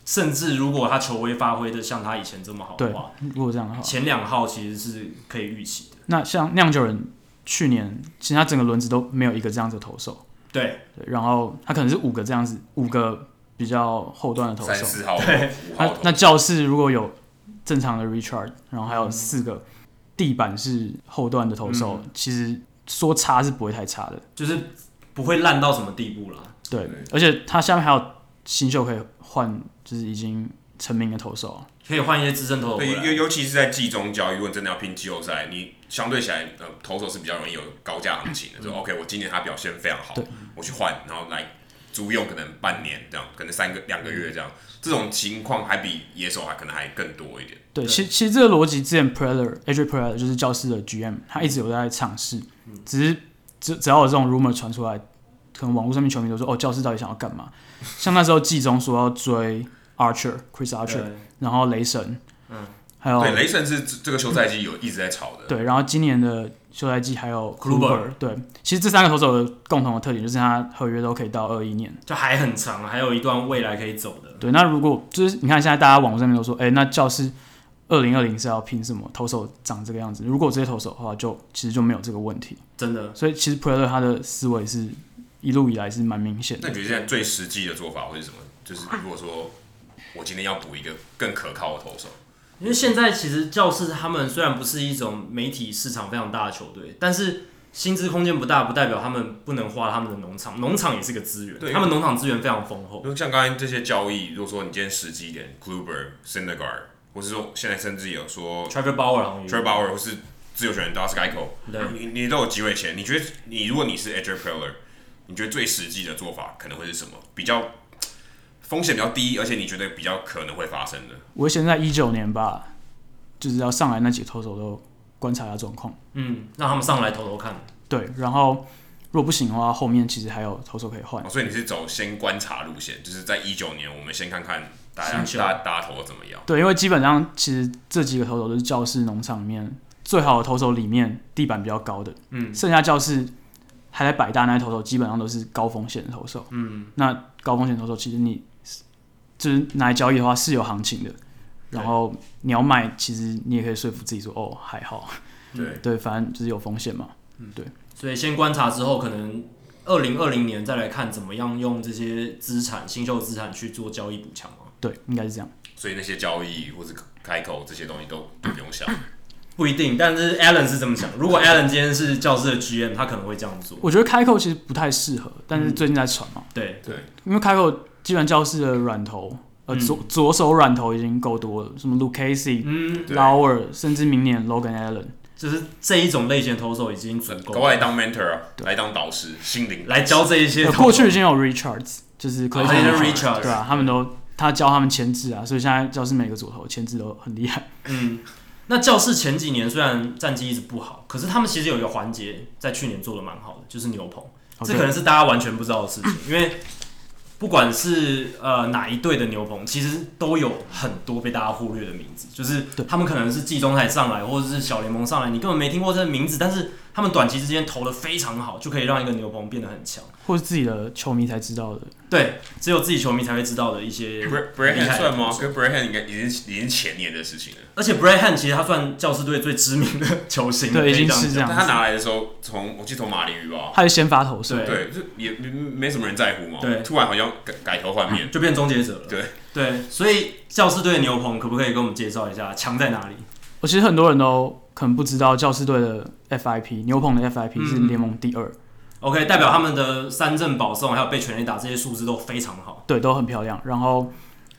甚至如果他球威发挥的像他以前这么好的话， 如果这样的话， 前2号其实是可以预期的。 那像酿酒人去年，其实他整个轮子都没有一个这样子的投手。 对， 然后他可能是5个这样子，5个比较后段的投手。 3、4号、5号投手。 那教室如果有正常的 Richard， 然后还有4个地板是后段的投手，其实说差是不会太差的， 就是不会烂到什么地步啦。 对，而且他下面还有新秀可以换，就是已经成名的投手， 可以换一些资深投手回来。 对，尤其是在季中交易，如果你真的要拼季后赛，你相对起来，投手是比较容易有高价行情的。就 OK， 我今年他表现非常好，我去换，然后来租用可能半年这样，可能2个月这样，这种情况还比野手可能还更多一点。 对，其实这个逻辑之前 AJ Preller 就是教室的 GM， 他一直有在尝试，只是只要有这种 rumor 传出来，可能网络上面球迷都说教室到底想要干嘛？像那时候季中说要追 Chris Archer， 然后雷神，还有对雷神是这个休赛季有一直在炒的， 对，然后今年的休赛季还有 Kluber， 对，其实这3个投手的共同的特点就是他合约都可以到21年， 就还很长，还有一段未来可以走的。 对，那如果就是你看现在大家网络上面都说，那教室2020是要拼什么？投手长这个样子，如果这些投手的话，其实就没有这个问题， 真的。 所以其实 Preller 他的思维是一路以来是蛮明显的。 那你觉得现在最实际的做法会是什么？就是如果说我今天要补一个更可靠的投手。 因为现在其实教士他们虽然不是一种媒体市场非常大的球队，但是薪资空间不大，不代表他们不能花他们的农场，农场也是个资源，他们农场资源非常丰厚。 像刚才这些交易，如果说你今天实际一点 ，Kluber、Syndergaard， 或是说现在甚至有说 Trevor Bauer 或是自由球员 Dallas Keuchel， 你都有机会签。你觉得如果你是 AJ Preller， 你觉得最实际的做法可能会是什么？比较风险比较低，而且你觉得比较可能会发生的？ 我会先在19年吧，就是要上来那几个投手都观察一下状况， 让他们上来投看。 对，然后如果不行的话，后面其实还有投手可以换。 所以你是走先观察路线，就是在19年，我们先看看大家投的怎么样？ 对，因为基本上其实这几个投手都是教室农场里面最好的投手里面地板比较高的，剩下教室还在百大那些投手基本上都是高风险的投手，那高风险投手其实你就是拿来交易的话是有行情的，然后你要卖，其实你也可以说服自己说还好，对，反正就是有风险嘛，对。 所以先观察之后，可能2020年再来看怎么样用这些资产、新秀资产去做交易补强嘛。 对，应该是这样。 所以那些交易或者开口这些东西都不用想。 不一定，但是 Allen 是这么想。如果 Allen 今天是教室的 GM， 他可能会这样做。 我觉得开口其实不太适合，但是最近在传嘛。 对， 因为开口基本上教室的软投，左手软投已经够多了，什么 Lucchesi、Lauer， 甚至明年 Logan Allen。就是这一种类型的投手已经足够， 搞来当 mentor 啊，来当导师，心灵来教这一些。 过去已经有 Richards， 就是 Clayton Richards， 对啊，他教他们牵制啊，所以现在教室每个左投牵制都很厉害。 那教室前几年虽然战绩一直不好，可是他们其实有一个环节在去年做的蛮好的，就是牛棚。这可能是大家完全不知道的事情，因为不管是哪一队的牛棚，其实都有很多被大家忽略的名字，就是他们可能是季中才上来，或者是小联盟上来，你根本没听过这个名字，但是他们短期之间投得非常好，就可以让一个牛棚变得很强， 或是自己的球迷才知道的。 对，只有自己球迷才会知道的一些。 Brad 算吗？跟 Brad 应该已经前年的事情了。 而且 Brad 其实他算教士队最知名的球星， 对，已经是这样。 但他拿来的时候，我记得从马林鱼吧， 他是先发投手， 对，就也没什么人在乎嘛。 对， 突然好像改头换面， 就变终结者了。对，所以教士队的牛棚可不可以跟我们介绍一下强在哪里？ 我其实很多人都可能不知道，教士队的 FIP 牛棚的 FIP 是联盟第2。 OK， 代表他们的三振保送还有被全垒打这些数字都非常好， 对，都很漂亮。然后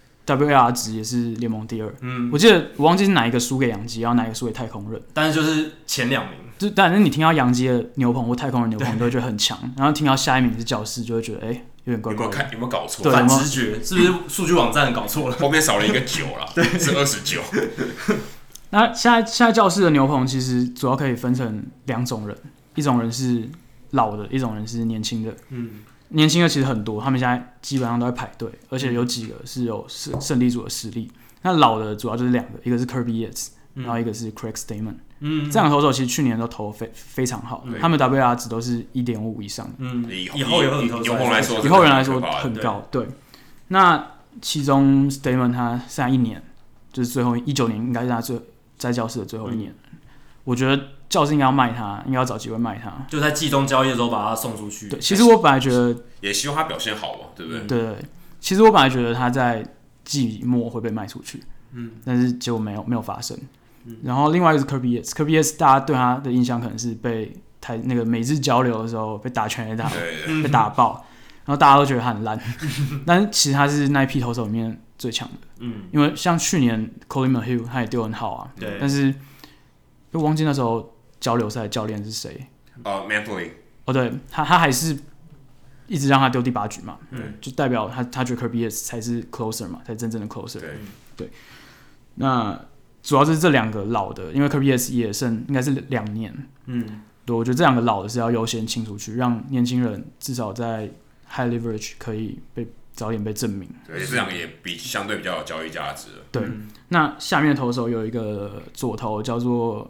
WAR 值也是联盟第2。我记得我忘记是哪一个输给洋基，然后哪一个输给太空人， 但是就是前2名。 但是你听到洋基的牛棚或太空人牛棚，你都会觉得很强，然后听到下一名是教士，就会觉得有点怪怪的。 有没有搞错？ 反直觉是不是数据网站搞错了？ 后面少了一个9啦，是29。 那现在教室的牛棚其实主要可以分成2种人，一种人是老的，一种人是年轻的。年轻的其实很多，他们现在基本上都在排队，而且有几个是有胜利组的实力。那老的主要就是2个，一个是 Kirby Yates， 然后一个是 Craig Stammen。这两个投手其实去年都投非常好，他们 WAR 值都是 1.5 以上的。 以后人来说很高。对，那其中 Statement 他剩下1年，就是最后19年应该是他在教室的最后1年。我觉得教室应该要卖他，应该要找机会卖他， 就在季中交易的时候把他送出去。 对，其实我本来觉得也希望他表现好嘛，对不对？ 对，其实我本来觉得他在季末会被卖出去，但是结果没有发生。然后另外一个是 Kirby Yates 大家对他的印象可能是被那个美日交流的时候被打全垒打，被打爆，然后大家都觉得他很烂，但是其实他是那一批投手里面最强的。因为像去年 Colin McHugh 他也丢很好啊，但是又忘记那时候交流赛教练是谁。 Manfrey。 对，他还是一直让他丢第8局嘛，就代表他觉得 Kirby Yates 才是 closer 嘛，才真正的 closer。对，那主要是这2个老的，因为 Kirby Yates 也剩应该是2年。对，我觉得这2个老的是要优先清出去，让年轻人至少在 high leverage 可以早点被证明。 对，这2个也相对比较有交易价值了。 对，那下面的投手有一个左投叫做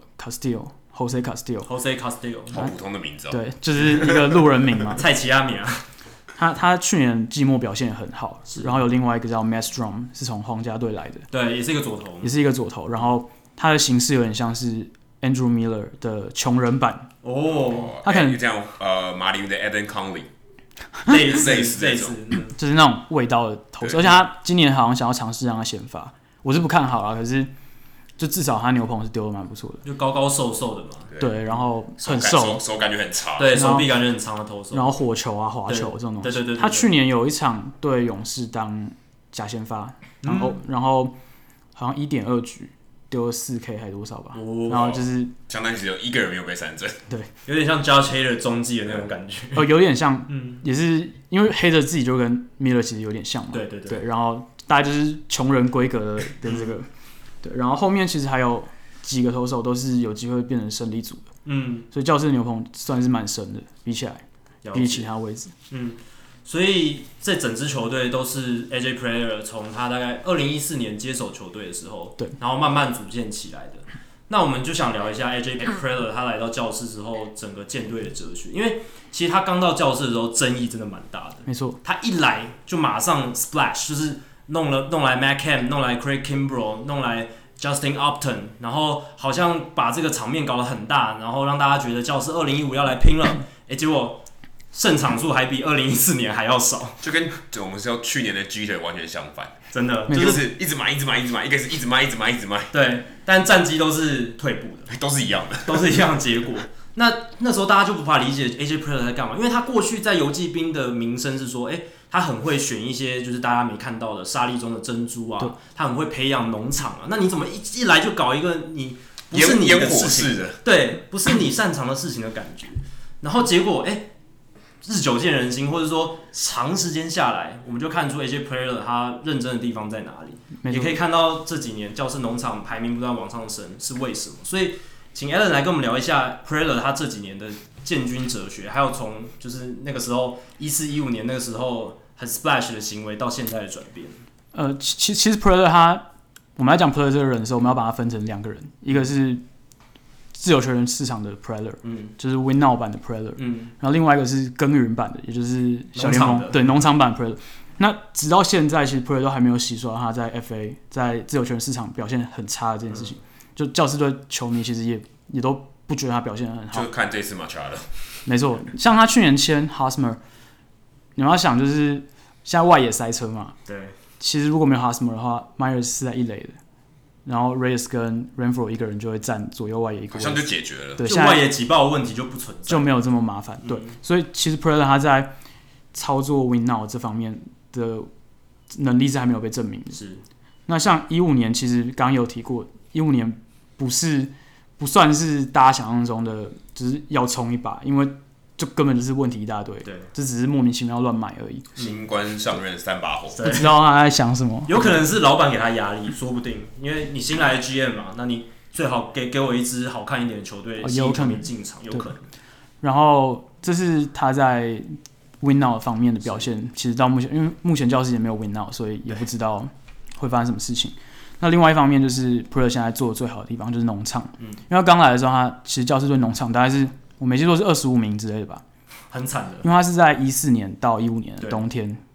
Jose Castillo， 好普通的名字。 对，就是一个路人名嘛， 蔡奇亚米啊。 他去年季末表现也很好，然后有另外一个叫 Matt Strom 是从皇家队来的， 对，也是一个左投， 然后他的形式有点像是 Andrew Miller 的穷人版他可能这样马林的 Adam Conley 类似这种， 就是那种味道的投手，而且他今年好像想要尝试让他先发，我是不看好啦，可是就至少他牛棚是丢的蛮不错的， 就高高瘦瘦的嘛， 对，然后很瘦， 手感觉很长， 对，手臂感觉很长的投手， 然后火球啊、滑球这种东西， 对， 他去年有一场对勇士当假先发，然后好像1.2局丢了4K 还多少吧，然后就是相当于只有1个人没有被三振， 对， 有点像 Josh Hader 中继的那种感觉， 有点像，也是因为Hader自己就跟 Miller 其实有点像嘛， 对， 然后大概就是穷人规格的这个，对，然后后面其实还有几个投手都是有机会变成胜利组的，所以教室的牛棚算是蛮深的，比起其他位置， 所以这整支球队都是 AJ Preller 从他大概2014年接手球队的时候， 对， 然后慢慢组建起来的。那我们就想聊一下 AJ Preller 他来到教室之后整个建队的哲学，因为其实他刚到教室的时候争议真的蛮大的， 没错， 他一来就马上 splash， 就是弄来 Matt Kemp， 弄来 Craig Kimbrel， 弄来Justin Upton， 然后好像把这个场面搞得很大，然后让大家觉得教室2015要来拼了，结果胜场数还比2014年还要少， 就跟我们是去年的 Jeter 完全相反， 真的就是一直买，一个是一直卖， 对，但战绩都是退步的， 都是一样的结果。那时候大家就无法理解 AJ Preller 在干嘛，因为他过去在游骑兵的名声是说，他很会选一些就是大家没看到的沙粒中的珍珠啊，他很会培养农场啊。那你怎么一来就搞一个你不是你的事情，对，不是你擅长的事情的感觉，然后结果日久见人心，或者说长时间下来，我们就看出 AJ Preller 他认真的地方在哪里，也可以看到这几年教室农场排名不断往上升是为什么。所以请 Alan 来跟我们聊一下 Preller 他这几年的建军哲学，还有从就是那个时候14-15年那个时候很 splash 的行为到现在的转变。 其实 Preller 我们来讲 Preller 这个人的时候，我们要把它分成2个人，一个是自由球员市场的 Preller，就是 Win Now 版的 Preller，然后另外一个是耕耘版的，也就是小联盟对农场版 Preller。那直到现在，其实 Preller 都还没有洗刷他在 FA 在自由球员市场表现很差的这件事情。就教士队球迷其实也都不觉得他表现得很好， 就看这次Machado。 没错，像他去年签 Hosmer， 你们要想就是现在外野塞车嘛， 对， 其实如果没有 Hosmer 的话 ，Myers 是在1垒的。然后 Reyes 跟 Renfroe 一个人就会站左右外野一个位置， 好像就解决了。 对， 就外野挤爆的问题就不存在， 就没有这么麻烦。对，所以其实 Preller 他在操作 Win Now 这方面的能力是还没有被证明的。 是。 那像15年，其实刚刚有提过，15年不算是大家想象中的，只是要冲一把，因为就根本就是问题一大堆。 对， 这只是莫名其妙乱买而已。 新官上任3把火， 不知道他在想什么。 有可能是老板给他压力，说不定，因为你新来的 GM 嘛，那你最好给我一支好看一点的球队，吸引球迷进场，有可能。 然后这是他在 Win Now 方面的表现，其实到目前，因为目前教室也没有 Win Now， 所以也不知道会发生什么事情。那另外一方面就是 Preller 现在做的最好的地方就是农场，因为他刚来的时候，他其实教士队农场大概是我没记错是25名之类的吧， 很惨的。 因为他是在14年到15年的冬天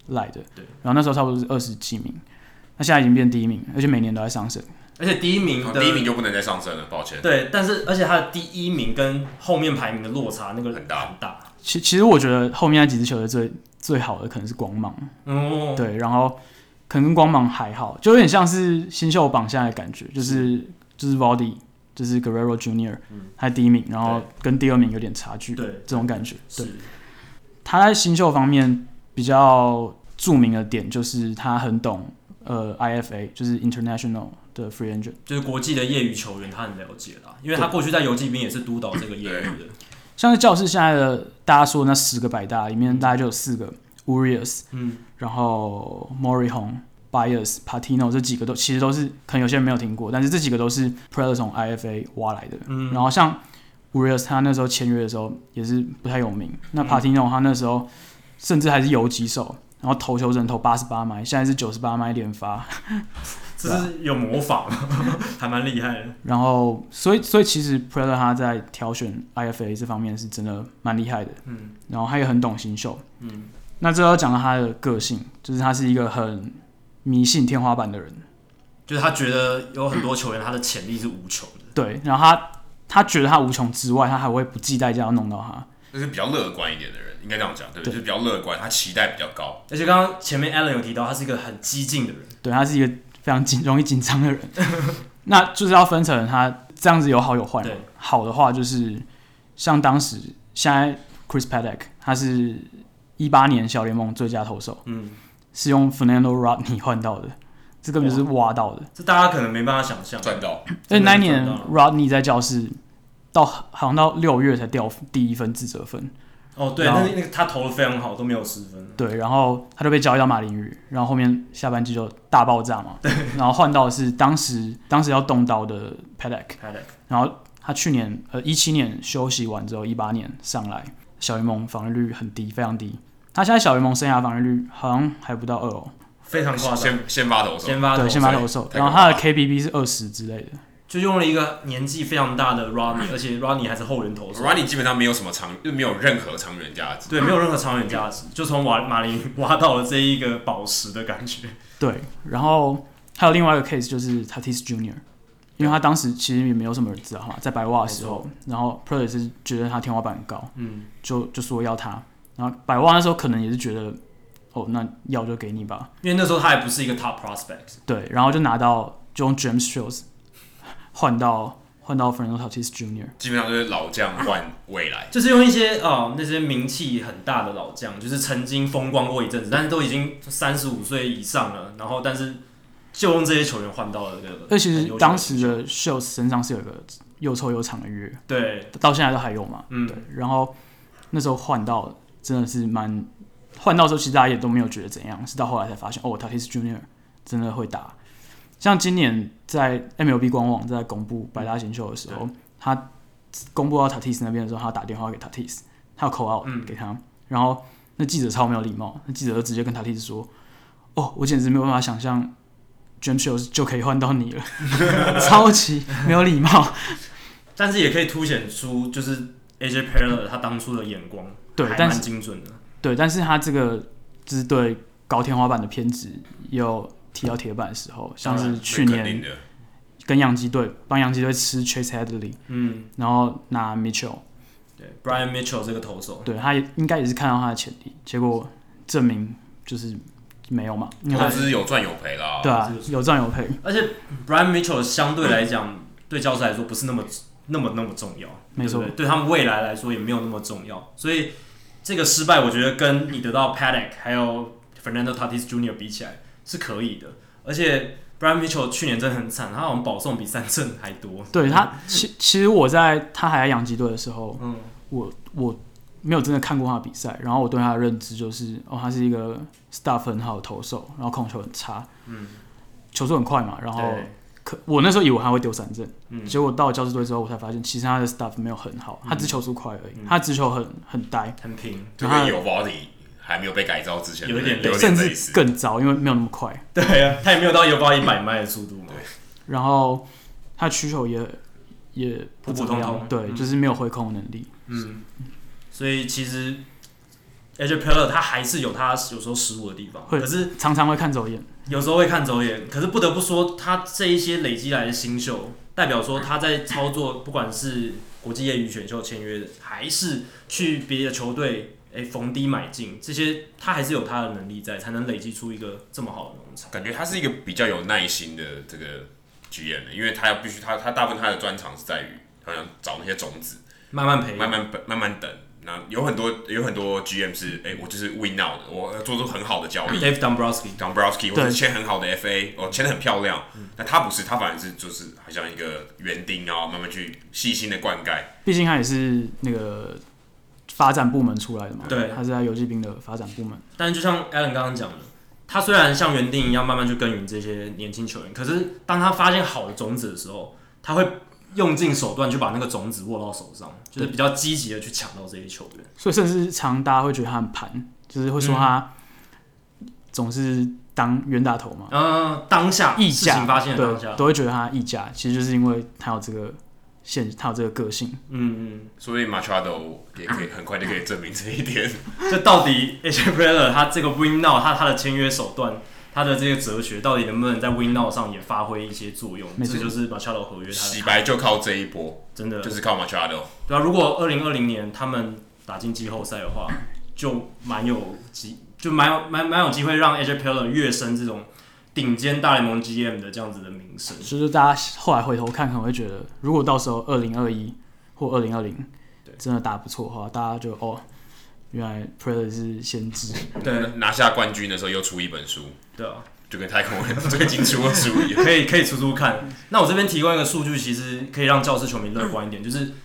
来的。 对， 然后那时候差不多是20几名，那现在已经变第1名，而且每年都在上升。 而且第一名就不能再上升了，抱歉。 对，但是而且他的第1名跟后面排名的落差那个很大。 其实我觉得后面那几支球队最好的可能是光芒，对，然后可能跟光芒还好，就有点像是新秀榜现在的感觉，就是 Valdy， 就是 Guerrero Jr.，他第1名，然后跟第2名有点差距，对，这种感觉。对，他在新秀方面比较著名的点就是他很懂IFA， 就是 International 的 Free Agent， 就是国际的业余球员，他很了解啦，因为他过去在游骑兵也是督导这个业余的。 像是教室现在的大家说的那10个百大里面，大概就有4个 Urias， 然后 Morihon、Bias、Patino 这几个其实都是可能有些人没有听过，但是这几个都是 Predator 从 IFA 挖来的。然后像 Urias 他那时候签约的时候也是不太有名，那 Patino 他那时候甚至还是游击手，然后投球只能投88迈，现在是98迈连发。 这是有魔法，还蛮厉害的。 然后，所以其实 Predator 他在挑选 IFA 这方面是真的蛮厉害的。然后他也很懂新秀。那这要讲到他的个性，就是他是一个很迷信天花板的人， 就是他觉得有很多球员他的潜力是无穷的。 对，然后他觉得他无穷之外，他还会不计代价要弄到他。 就是比较乐观一点的人，应该这样讲，对，就是比较乐观，他期待比较高。 而且刚刚前面 Alan 有提到，他是一个很激进的人。 对，他是一个非常容易紧张的人。那就是要分成他这样子有好有坏嘛。好的话就是像当时现在 Chris Paddock， 他是18年小联盟最佳投手，是用 Fernando Rodney 换到的，这根本就是挖到的。 这大家可能没办法想象。 赚到。 而且那一年 Rodney 在教室好像到6月才掉第1分自责分。 哦，对，那个他投的非常好，都没有失分。 对，然后他就被交易到马林鱼，然后后面下半季就大爆炸嘛。对，然后换到的是当时要动刀的 Paddock， 然后他去年17年休息完之后，18年上来小联盟防御率很低，非常低。他现在小联盟生涯防御率好像还不到2哦， 非常夸张。 先发投手， 对，先发投手，然后他的 KBB 是20之类的。 就用了一个年纪非常大的 Rodney， 而且 Rodney 还是后援投手。 Rodney 基本上没有什么就没有任何长远价值。 对，没有任何长远价值，就从马林挖到了这一个宝石的感觉。 对，然后还有另外一个 case 就是 Tatis Jr.， 因为他当时其实也没有什么人知道他在白袜的时候，然后 Predator 是觉得他天花板很高，就说要他，然后白袜那时候可能也是觉得，哦，那要就给你吧， 因为那时候他还不是一个 top prospect。 对，然后就用 James Shields 换到 Fernando Tatis Jr.， 基本上就是老将换未来， 就是用一些那些名气很大的老将，就是曾经风光过一阵子，但是都已经35岁以上了，然后但是就用这些球员换到了这个。 而其实当时的 Shields 身上是有一个又臭又长的约， 对， 到现在都还有嘛，对。然后那时候换到真的是换到的时候，其实大家也都没有觉得怎样，是到后来才发现，哦 ，Tatis Jr. 真的会打。像今年在 MLB 官网在公布百大新秀的时候，他公布到 Tatis 那边的时候，他打电话给 Tatis， 他有 call out 给他，然后那记者超没有礼貌，那记者就直接跟 Tatis 说：“哦，我简直没有办法想象 James Shields 就可以换到你了，超级没有礼貌。” 但是也可以凸显出就是 AJ Preller 他当初的眼光， 对， 还蛮精准的。 对，但是他这个就是对高天花板的偏执有踢到铁板的时候，像是去年跟帮洋基队吃 Chase Headley， 然后拿 Mitchell， 对 Brian Mitchell 这个投手， 对他应该也是看到他的潜力，结果证明就是没有嘛， 投资有赚有赔啦， 对啊，有赚有赔， 而且 Brian Mitchell 相对来讲，对教师来说不是那么重要， 没错， 对他们未来来说也没有那么重要，所以这个失败，我觉得跟你得到 Paddock 还有 Fernando Tatis Jr. 比起来是可以的，而且 Brian Mitchell 去年真的很惨，他好像保送比3振还多。对他，其实我在他还在洋基队的时候，我没有真的看过他的比赛，然后我对他的认知就是，他是一个 stuff 很好的投手，然后控球很差，球速很快嘛，然后我那时候以为他会丢3振，结果到了教士队之后，我才发现其实他的 stuff 没有很好，他只球速快而已，他直球很呆， 很平， 就跟有 body 还没有被改造之前有点类似， 甚至更糟，因为没有那么快。 对啊，他也没有到有包100迈的速度嘛。 然后他曲球也不怎么样，对，就是没有挥空的能力。 所以其实 AJ Preller 他还是有他有时候失误的地方，可是常常会看走眼， 有时候会看走眼。可是不得不说，他这一些累积来的新秀，代表说他在操作，不管是国际业余选秀签约的，还是去别的球队逢低买进，这些他还是有他的能力在，才能累积出一个这么好的农场。 感觉他是一个比较有耐心的这个 GM 的，因为他必须他大部分他的专长是在于好像找那些种子， 慢慢培养， 慢慢等。那有很多 GM 是我就是 win now 的，我做出很好的交易 ，Dave Dombrowski， 或者签很好的 FA， 签得很漂亮。那他不是，他反而是就是好像一个园丁，然后慢慢去细心的灌溉。 毕竟他也是那个发展部门出来的嘛， 对， 他是在游击兵的发展部门。 但是就像 Alan 刚刚讲的，他虽然像园丁一样慢慢去耕耘这些年轻球员，可是当他发现好的种子的时候，他会用尽手段去把那个种子握到手上，就是比较积极的去抢到这些球员。 所以甚至常大家会觉得他很盘，就是会说他总是当冤大头嘛。 当下溢价事情发现的当下， 都会觉得他溢价，其实就是因为他有这个他有这个个性。 所以 Machado 也可以很快就可以证明这一点。 就到底 AJ Preller 他这个 Win Now 他的签约手段，他的这个哲学到底能不能在 Win Now 上也发挥一些作用？这就是 Machado 合约他洗白就靠这一波， 真的就是靠 Machado。 对啊，如果2020年他们打进季后赛的话，就蛮有机会让 AJ Preller 跃升这种顶尖大联盟 GM 的这样子的名声。 所以大家后来回头看，可能会觉得，如果到时候2021或2020真的打不错的话，大家就原来 Preller 是先知。 对， 拿下冠军的时候又出一本书。 对啊， 就跟太空人最近出的书一样， 可以出看。那我这边提供一个数据，其实可以让教士球迷乐观一点，就是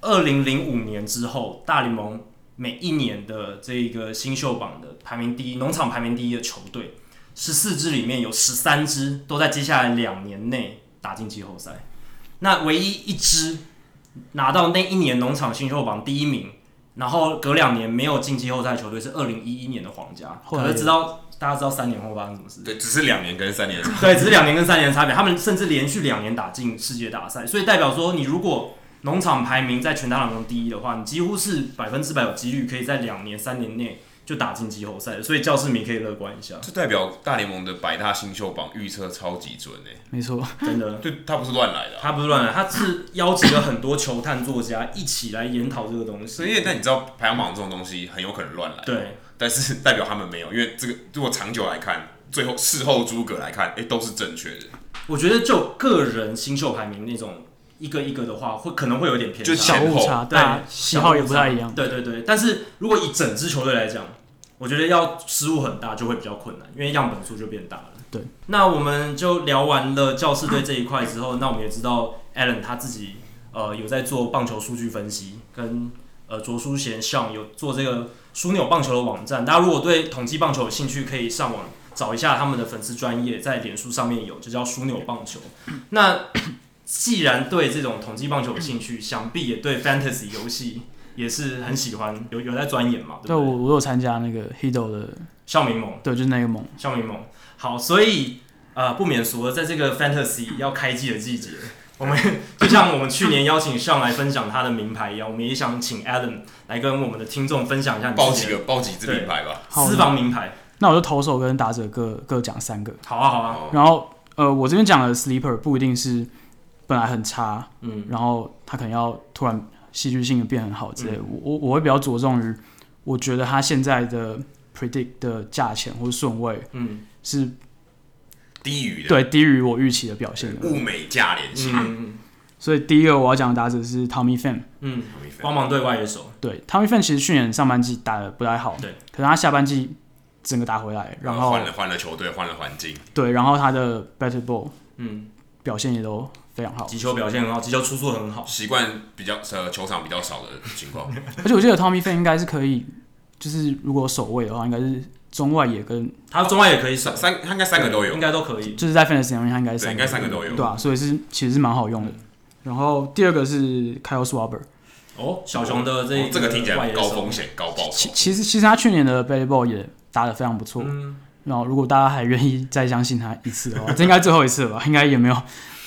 2005年之后，大联盟每一年的这个新秀榜的排名第一、农场排名第一的球队，14支里面有13支都在接下来2年内打进季后赛。那唯一一支拿到那一年农场新秀榜第1名，然后隔2年没有进季后赛的球队是2011年的皇家。可是大家知道3年后发生什么事？ 对，只是2年跟3年。 对，只是2年跟3年的差别。他们甚至连续2年打进世界大赛，所以代表说，你如果农场排名在全大联盟第一的话，你几乎是100%有几率可以在2年、3年内就打进季后赛。所以教士迷可以乐观一下。 这代表大联盟的百大新秀榜预测超级准没错， 真的。 就他不是乱来的， 他不是乱来，他是邀集了很多球探作家一起来研讨这个东西。 因为但你知道排行榜这种东西很有可能乱来。 对。 但是代表他们没有，因为这个如果长久来看，最后事后诸葛来看，都是正确的。 我觉得就个人新秀排名那种一个一个的话，可能会有点偏差， 就小误差，对，喜好也不太一样。 对。但是如果以整支球队来讲，我觉得要失误很大就会比较困难，因为样本数就变大了。 对。 那我们就聊完了教士队这一块之后，那我们也知道 Alan 他自己有在做棒球数据分析，跟卓书贤上有做这个枢纽棒球的网站，大家如果对统计棒球有兴趣，可以上网找一下他们的粉丝专页，在脸书上面有，就叫枢纽棒球。那既然对这种统计棒球有兴趣，想必也对 Fantasy 游戏也是很喜欢，有在钻研嘛？对不对？ 我有参加那个 Hido 的校名盟， 对，就是那个盟， 校名盟。好，所以不免俗的，在这个 Fantasy 要开季的季节。我们就像我们去年邀请上来分享他的名牌一样，我们也想请 Adam 来跟我们的听众分享一下你报几支名牌吧， 私房名牌。 那我就投手跟打者各讲3个。 好啊。 然后我这边讲的 sleeper 不一定是本来很差，然后他可能要突然戏剧性的变很好之类的。我会比较着重于，我觉得他现在的 predict 的价钱或者顺位，是低于的， 对，低于我预期的表现的， 物美价廉型。 所以第一个我要讲的打者是 Tommy Pham， 光芒队外野手。 对 ，Tommy Pham 其实去年上半季打得不太好， 对， 可是他下半季整个打回来，然后换了球队，换了环境， 对，然后他的 batted ball，表现也都非常好， 击球表现很好，击球出速很好， 习惯比较球场比较少的情况。 而且我记得 Tommy Pham 应该是可以，就是如果守卫的话，应该是中外野跟他中外也可以守， 他应该3个都有， 应该都可以， 就是在 fantasy 上面他应该是应该3个都有， 对啊，所以其实是蛮好用的。然后第二个是 Kyle Schwarber， 小熊的这个听起来高风险高报酬。 其实他去年的 batted ball 也打得非常不错，然后如果大家还愿意再相信他一次的话，这应该最后一次了吧？应该也没有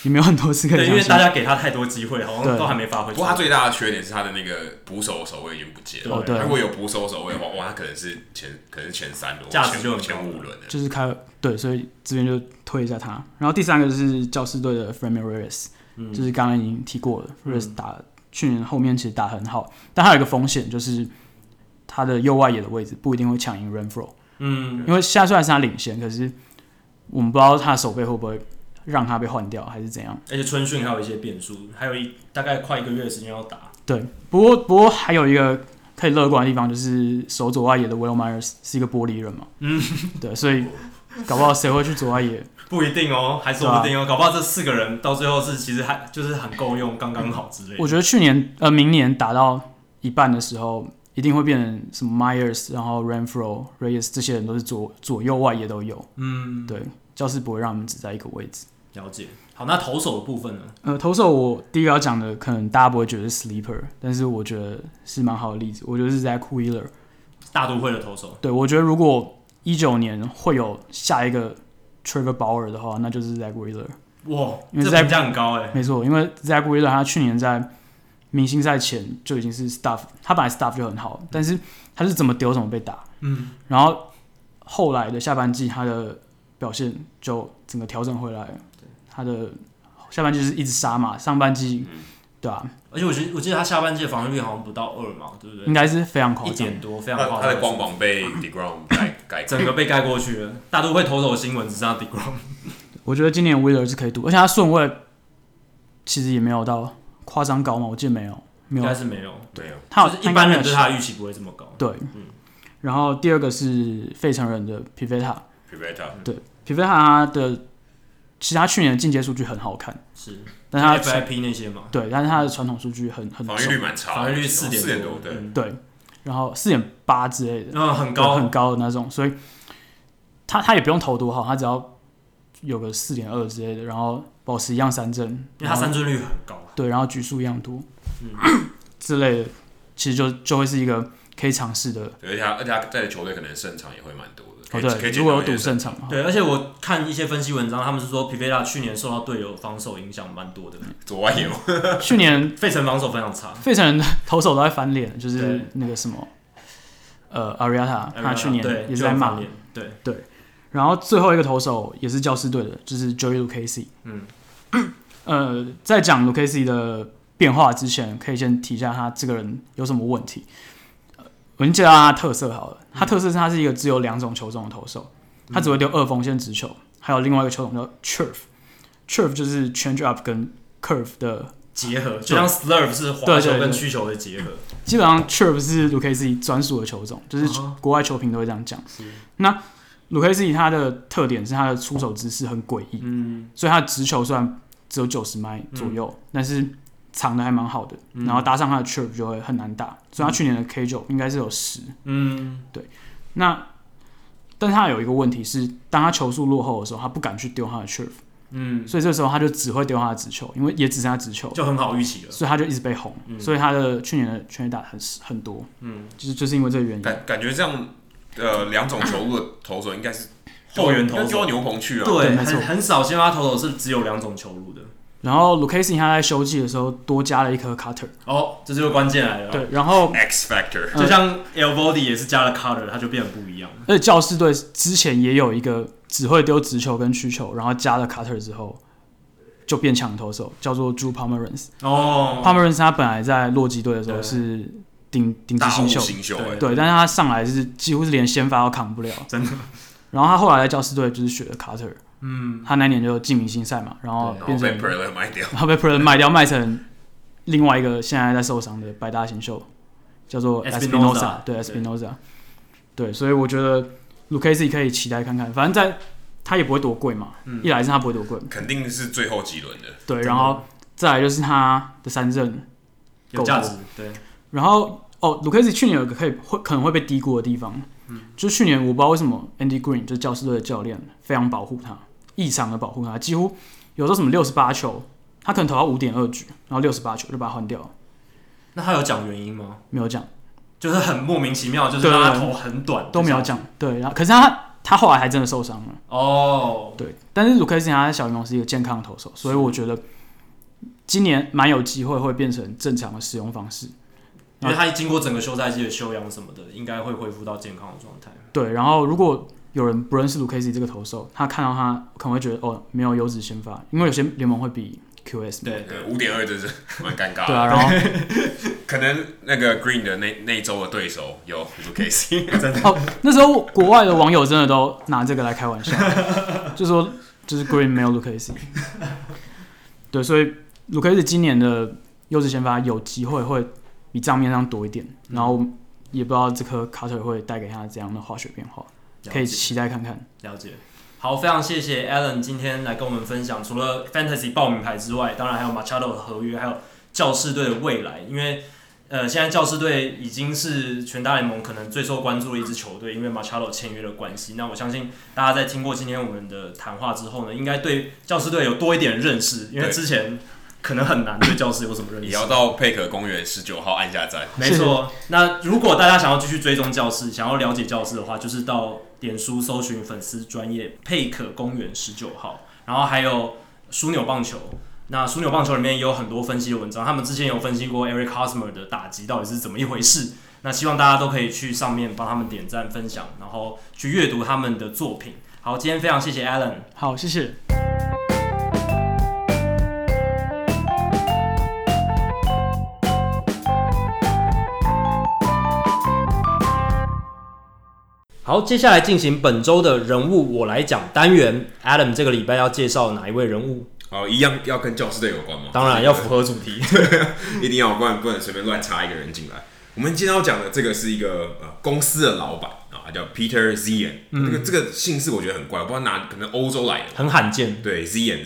也没有很多次可以对， 相信。 因为大家给他太多机会，好像都还没发挥出来。 不过他最大的缺点是他的那个捕手守卫已经不见了。 对， 如果有捕手守卫的话，哇，他可能是前3轮， 价值就很高前5轮的。 就是对，所以这边就推一下他。然后第三个就是教士队的 Framil Reyes，就是刚刚已经提过了，Reyes 去年后面其实打很好，但他有一个风险就是他的右外野的位置不一定会抢赢 Renfroe。因为现在虽然是他领先，可是我们不知道他的手背会不会让他被换掉，还是怎样。 而且春训还有一些变数，还有大概快1个月的时间要打。 对，不过还有一个可以乐观的地方，就是守左外野的 Will Myers 是一个玻璃人嘛。对，所以搞不好谁会去左外野？ 不一定哦，还说不定哦，搞不好这4个人到最后其实还就是很够用，刚刚好之类的。 我觉得明年打到一半的时候，一定会变成什么 Myers， 然后 Renfroe、Reyes 这些人都是左右外野都有。对，教士不会让他们只在一个位置。 了解。好，那投手的部分呢？ 投手我第一个要讲的，可能大家不会觉得是 sleeper， 但是我觉得是蛮好的例子。我觉得是 Zach Wheeler， 大都会的投手。 对，我觉得如果19年会有下一个 Trevor Bauer 的话，那就是 Zach Wheeler。 哇， 因为这评价很高哎。 没错，因为 Zach Wheeler 他去年在明星赛前就已经是 staff， 他本来 staff 就很好，但是他是怎么丢怎么被打。然后后来的下半季他的表现就整个调整回来了。他的下半季就是一直杀嘛，上半季，对啊。 而且我记得他下半季的防御率好像不到2嘛，对不对？ 应该是非常夸张， 1点多，非常夸张。 他的光芒被 DeGrom 盖整个被盖过去了。大都会投手新闻只剩下 DeGrom。 我觉得今年 Wheeler 是可以赌，而且他顺位其实也没有到夸张高嘛，我记得没有， 应该是没有。 对啊， 他就是一般人对他的预期不会这么高。 对，然后第二个是费城人的 Pivetta， 对 Pivetta 他的。其实他去年的进阶数据很好看， 是， 但他 FIP 那些嘛， 对，但是他的传统数据很防御率蛮差， 防御率4点多， 对，然后4.8之类的， 很高很高的那种，所以他也不用投多好，他只要有个4.2之类的，然后保持一样三振， 因为他三振率很高， 对，然后局数一样多，之类的，其实就会是一个可以尝试的， 而且他在球队可能胜场也会蛮多的。 对，如果有赌胜场， 对，而且我看一些分析文章，他们是说 Pivetta 去年受到队友防守影响蛮多的。 左外野吗？ 去年费城防守非常差， 费城人的投手都在翻脸，就是那个什么，Arrieta， 他去年也是在骂，对。然后最后一个投手也是教士队的，就是 Joey Lucchesi。在讲 Lucchesi 的变化之前，可以先提一下他这个人有什么问题。我已经介绍他的特色好了，他特色是他是一个只有2种球种的投手，他只会丢2缝线直球，还有另外一个球种叫 curve 就是 change up 跟 curve 的结合，就像 slurve 是滑球跟曲球的结合。 基本上 curve 是 Lucchesi 专属的球种，就是国外球评都会这样讲。那 Lucchesi 他的特点是他的出手姿势很诡异，所以他的直球虽然只有90迈左右，但是藏的还蛮好的，然后搭上他的 curve 就会很难打，所以他去年的 K9 应该是有10。对。那但是他有一个问题是，当他球速落后的时候，他不敢去丢他的 curve，所以这时候他就只会丢他的直球，因为也只剩下直球， 就很好预期了， 所以他就一直被轰，所以他的去年的全垒打很多，就是因为这个原因。 感觉这样2种球路的投手应该是后援投手， 丢到牛棚去了， 对，很少先发投手是只有2种球路的。 然后 Lucchesi 他在休季的时候多加了一颗 cutter， 这就是关键来了。 对，然后 X factor， 就像 Elvody 也是加了 cutter， 他就变得不一样。 而且教士队之前也有一个只会丢直球跟曲球，然后加了 cutter 之后就变强投手，叫做 Drew Pomeranz。Pomeranz 他本来在洛基队的时候是顶级新秀，对，但是他上来是几乎是连先发都扛不了， 真的。 然后他后来在教士队就是学了 cutter。他那年就进明星赛嘛，然后变成， 被 Perler 卖掉， 然后被 Perler 卖掉，卖成另外一个现在在受伤的百大新秀，叫做 Espinosa， 对 Espinosa， 对，所以我觉得 Lucchesi 可以期待看看，反正他也不会多贵嘛，一来是他不会多贵， 肯定是最后几轮的， 对，然后再来就是他的三振有价值，对， 然后Lucchesi 去年有个可能会被低估的地方，就是去年我不知道为什么 Andy Green 就是教士队的教练非常保护他。异常的保护他，几乎有时候什么68球，他可能投到5.2局，然后68球就把他换掉了。 那他有讲原因吗？ 没有讲， 就是很莫名其妙，就是让他投很短， 都没有讲。对，然后可是他他后来还真的受伤了。 哦， 对，但是 Lucchesi 他在小联盟是一个健康的投手，所以我觉得今年蛮有机会会变成正常的使用方式。 因为他经过整个休赛季的休养什么的，应该会恢复到健康的状态。 对，然后如果有人不认识 Lucchesi 这个投手，他看到他可能会觉得没有优质先发，因为有些联盟会比 QS 对 5.2真是蛮尴尬的。 对啊，然后可能那个 Green 的那一周的对手有 Lucchesi， 真的那时候国外的网友真的都拿这个来开玩笑，就说就是 Green 没有 Lucchesi。对，所以 Lucchesi 今年的优质先发有机会会比账面上多一点，然后也不知道这颗卡腿会带给他怎样的化学变化，可以期待看看。 了解。好，非常谢谢 Alan 今天来跟我们分享，除了 Fantasy 报名牌之外，当然还有 Machado 的合约，还有教士队的未来。因为现在教士队已经是全大联盟可能最受关注的一支球队，因为 Machado 签约的关系。那我相信大家在听过今天我们的谈话之后呢，应该对教士队有多一点认识，因为之前可能很难对教士有什么认识。 也要到佩可公园19号按下赞。 没错。那如果大家想要继续追踪教士，想要了解教士的话，就是到脸书搜寻粉丝专页佩可公园19号，然后还有枢纽棒球。那枢纽棒球里面也有很多分析的文章，他们之前有分析过 Eric Hosmer 的打击到底是怎么一回事。那希望大家都可以去上面帮他们点赞分享，然后去阅读他们的作品。好，今天非常谢谢 Alan。 好，谢谢。 好，接下来进行本周的人物我来讲单元。Adam 这个礼拜要介绍哪一位人物？ 一样要跟教师队有关吗？ 当然要符合主题， 一定要，不能随便乱插一个人进来。我们今天要讲的这个是一个公司的老板啊，他叫 Peter Zeian。这个姓氏我觉得很怪，我不知道可能欧洲来的， 很罕见。 对 ，Zeian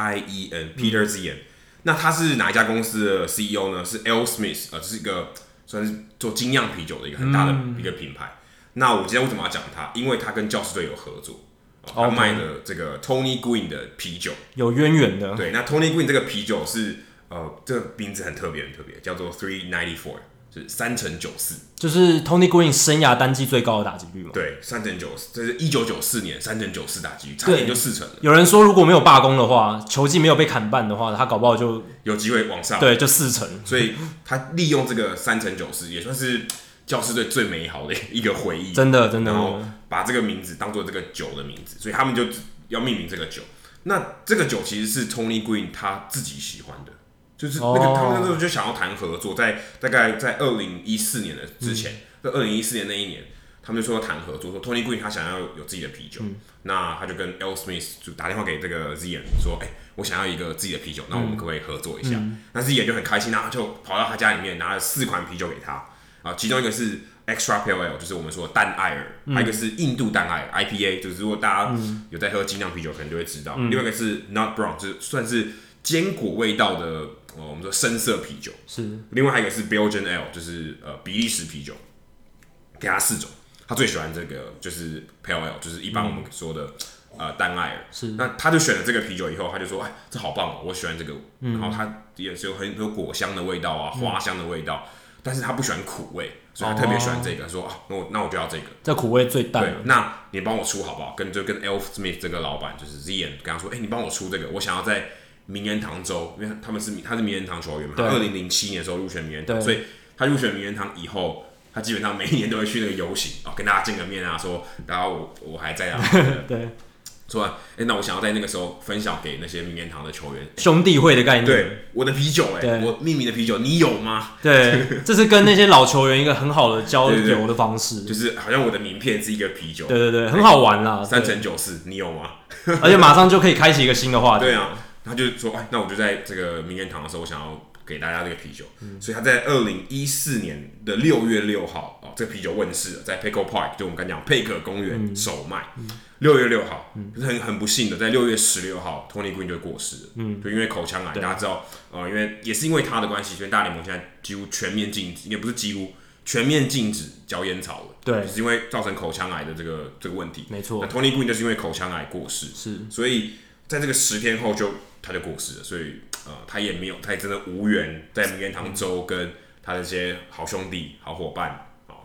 Peter Zeian。那他是哪一家公司的 CEO 呢？是 L Smith， 这是一个算是做精酿啤酒的一个很大的一个品牌。那我今天为什么要讲他？因为他跟教士队有合作。他卖的这个 Tony Gwynn 的啤酒有渊源的。 对，那 Tony Gwynn 这个啤酒是这个名字很特别，叫做394，就是3×94， 就是 Tony Gwynn 生涯单季最高的打击率嘛。 对，3×94，这是1994年3×94打击率，差点就4成了。 有人说如果没有罢工的话，球季没有被砍半的话，他搞不好就有机会往上。 对，就4成。 所以他利用这个3×94，也算是教士队最美好的一个回忆， 真的。 然后把这个名字当做这个酒的名字，所以他们就要命名这个酒。那这个酒其实是 Tony Gwynn 他自己喜欢的，就是那个他们那时候就想要谈合作，大概在2014年的之前，在2014年那一年，他们就说要谈合作，说 Tony Gwynn 他想要有自己的啤酒，那他就跟 L Smith 就打电话给这个 Zeian 说，我想要一个自己的啤酒，那我们可不可以合作一下？那 Zeian 就很开心，然后就跑到他家里面拿了4款啤酒给他。其中一个是 Extra Pale Ale， 就是我们说的淡艾尔，还有一个是印度淡艾尔 IPA， 就是如果大家有在喝精酿啤酒，可能就会知道。另外一个是 Nut Brown， 就是算是坚果味道的，我们说深色啤酒。 是。另外还有一个是 Belgian Ale， 就是比利时啤酒，给他4种。他最喜欢这个就是 Pale Ale， 就是一般我们说的淡艾尔。 是。 那他就选了这个啤酒以后，他就说，这好棒哦，我喜欢这个。然后他也是有很多果香的味道啊，花香的味道。但是他不喜欢苦味，所以他特别喜欢这个。说那我就要这个。 这苦味最淡。 对，那你帮我出好不好？跟 L Smith 这个老板就是 Zeian 跟他说，你帮我出这个，我想要在名人堂州，因为他是名人堂球员嘛，他2007年的时候入选名人堂，所以他入选名人堂以后，他基本上每一年都会去那个游行跟大家见个面啊，说然后我还在啊。 对。 说那我想要在那个时候分享给那些名人堂的球员， 兄弟会的概念。 对，我的啤酒我命名的啤酒，你有吗？ 对，这是跟那些老球员一个很好的交流的方式， 就是好像我的名片是一个啤酒。 对，很好玩啦。 3×94，你有吗？ 而且马上就可以开启一个新的话题。 对啊，他就说，那我就在这个名人堂的时候，我想要给大家这个啤酒，所以他在2014年的6月6号，这个啤酒问世了，在 Petco Park， 就我们刚讲佩可公园首卖。6月6号，就是很不幸的，在6月16号 ，Tony Gwynn 就过世了。就因为口腔癌，大家知道，也是因为他的关系，所以大联盟现在几乎全面禁止，也不是几乎全面禁止嚼烟草了。 对， 就是因为造成口腔癌的这个问题。 没错。 那 Tony Gwynn 就是因为口腔癌过世，所以在这个10天后他就过世了，所以他也真的无缘在名人堂州跟他的这些好兄弟、好伙伴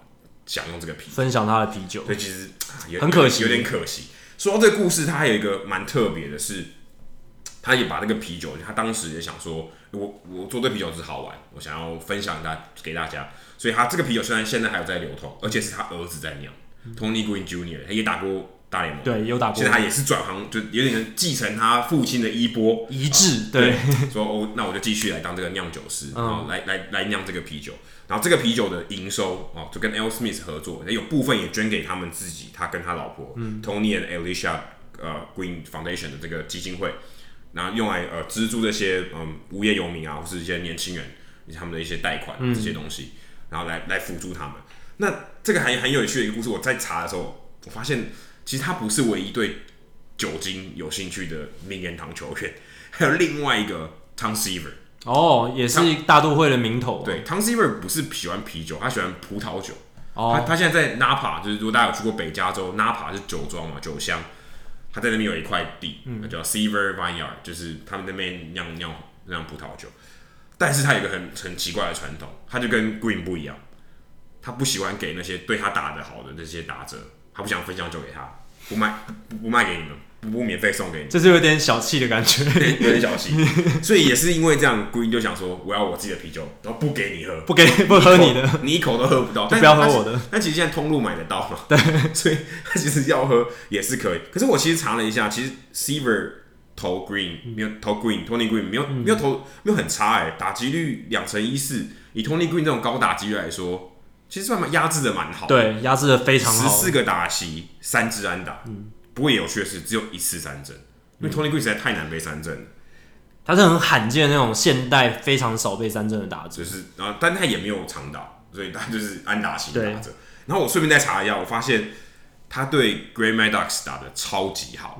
享用这个啤酒， 分享他的啤酒， 所以其实很可惜， 有点可惜。说到这个故事，它还有一个蛮特别的是，他也把这个啤酒，他当时也想说，我做这啤酒只是好玩，我想要分享给大家，所以他这个啤酒虽然现在还有在流通，而且是他儿子在酿，Tony Gwynn Jr. 他也打过大联盟， 对，有打过， 现在他也是转行，就有点继承他父亲的衣钵遗志，对， 说那我就继续来当这个酿酒师，然后来酿这个啤酒。然后这个啤酒的营收就跟 L. Smith 合作，有部分也捐给他们自己，他跟他老婆、Tony and Alicia Gwynn Foundation 的这个基金会，然后用来资助这些无业游民啊，或是一些年轻人他们的一些贷款这些东西，然后来辅助他们。那这个很有趣的一个故事，我在查的时候，我发现其实他不是唯一对酒精有兴趣的名人堂球员，还有另外一个 Tom Seaver。 也是大都会的名头。 对 ，Tom Seaver 不是喜欢啤酒，他喜欢葡萄酒。他现在在 Napa， 就是如果大家有去过北加州 ，Napa 是酒庄嘛，酒乡。他在那边有一块地，叫 Seaver Vineyard， 就是他们那边酿葡萄酒。但是他有一个很奇怪的传统，他就跟 Green 不一样，他不喜欢给那些对他打得好的那些打者，他不想分享酒给他，不卖给你们。不免费送给你， 这是有点小气的感觉， 有点小气，所以也是因为这样 ，Green 就想说，我要我自己的啤酒，然后不给你喝， 不喝你的， 你一口都喝不到， 不要喝我的。 但其实现在通路买得到嘛，对，所以他其实要喝也是可以。可是我其实查了一下，其实 Seaver 投 Green 没有投 Tony Green 没有很差打击率2.14%，以 Tony Green 这种高打击率来说，其实算压制的蛮好的， 对，压制的非常好 ，14个打席，3支安打，不过也有趣的是，只有1次三振，因为 Tony Green 实在太难被三振了。 他是很罕见的那种现代非常少被三振的打者， 但他也没有长打，所以他就是安打型打者。然后我顺便再查一下，我发现他对 Greg Maddux 打的超级好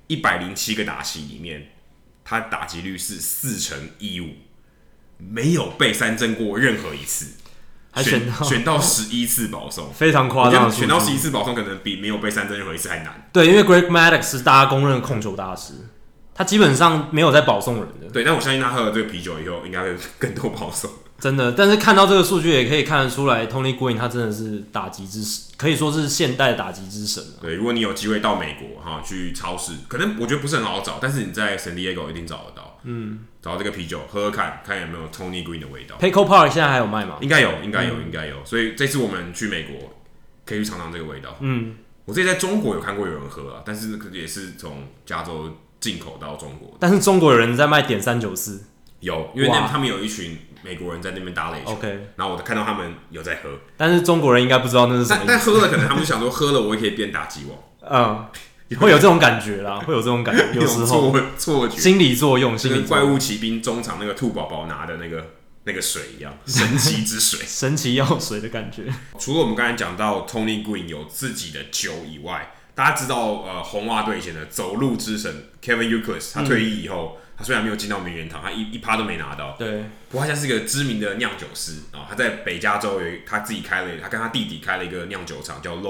，107个打席里面，他打击率是4.15%，没有被三振过任何一次。 还选到11次保送， 非常夸张。 选到11次保送，可能比没有被三振任何一次还难。 对，因为 Greg Maddux 是大家公认的控球大师，他基本上没有在保送人的。 对，但我相信他喝了这个啤酒以后，应该会更多保送。 真的，但是看到这个数据也可以看得出来 ，Tony Gwynn 他真的是打击之神，可以说是现代打击之神。 对，如果你有机会到美国去超市，可能我觉得不是很好找，但是你在 San Diego 一定找得到。找到这个啤酒喝喝看，看有没有 Tony Gwynn 的味道。 Petco Park 现在还有卖吗？ 应该有。所以这次我们去美国可以去尝尝这个味道。我之前在中国有看过有人喝啊，但是也是从加州进口到中国。 但是中国有人在卖点394。 有，因为他们有一群美国人在那边打垒球，然后我看到他们有在喝， 但是中国人应该不知道那是什么意思。 但喝了，可能他们就想说，喝了我也可以变打击王， 会有这种感觉啦，会有这种感觉，有时候错觉， 心理作用， 跟怪物骑兵中场那个兔宝宝拿的那个水一样，神奇之水， 神奇药水的感觉。 除了我们刚才讲到 Tony Gwynn 有自己的酒以外，大家知道红袜队以前的走路之神 Kevin Youkilis， 他退役以后。他虽然没有进到名人堂，他一趴都没拿到。 对， 不过他现在是个知名的酿酒师他在北加州他自己他跟他弟弟开了一个酿酒厂，叫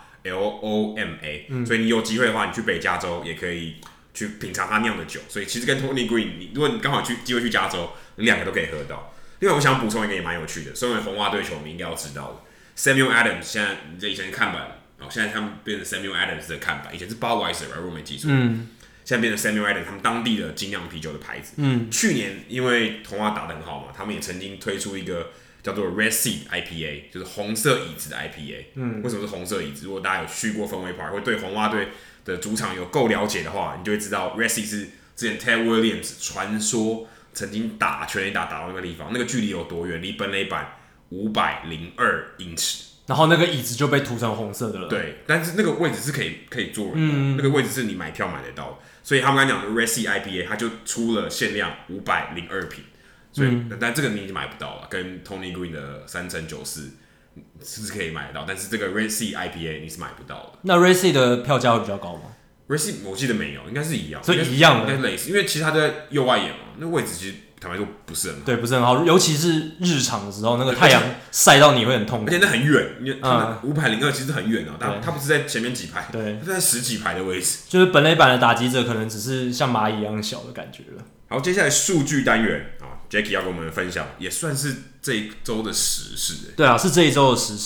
Loma， 所以你有机会的话，你去北加州也可以去品尝他酿的酒。所以其实跟 Tony Gwynn， 如果你刚好机会去加州，你2个都可以喝到。另外，我想补充一个也蛮有趣的，身为红袜队球迷应该要知道的 ，Samuel Adams 现在以前的看板现在他们变成 Samuel Adams 的看板，以前是 Budweiser， 如果没记错。现在变成 Samuel Adams 他们当地的精酿啤酒的牌子。去年因为红袜打得很好嘛，他们也曾经推出一个叫做 Red Seat IPA， 就是红色椅子的 IPA。为什么是红色椅子？如果大家有去过氛围 Park， 会对红袜队的主场有够了解的话，你就会知道 Red Seat 是之前 Ted Williams 传说曾经打全垒打到那个地方，那个距离有多远？离本垒板502英尺。 然后那个椅子就被涂成红色的了。 对，但是那个位置是可以坐人的，那个位置是你买票买得到的。所以他们刚才讲的 Red Seat IPA， 它就出了限量502瓶，所以但这个你已经买不到了，跟 Tony Gwynn 的3.94是可以买得到，但是这个 Red Seat IPA 你是买不到的。 那 Red Seat 的票价会比较高吗？ Red Seat 我记得没有，应该是一样， 所以一样的， 应该类似，因为其实它在右外野嘛，那位置其实坦白说不是很好， 对，不是很好，尤其是日常的时候，那个太阳晒到你会很痛苦， 而且那很远，因为502其实很远它不是在前面几排， 对， 它在10几排的位置， 就是本垒板的打击者可能只是像蚂蚁一样小的感觉了。 好，接下来数据单元Jackie 要跟我们分享，也算是这一周的时事。 对啊，是这一周的时事。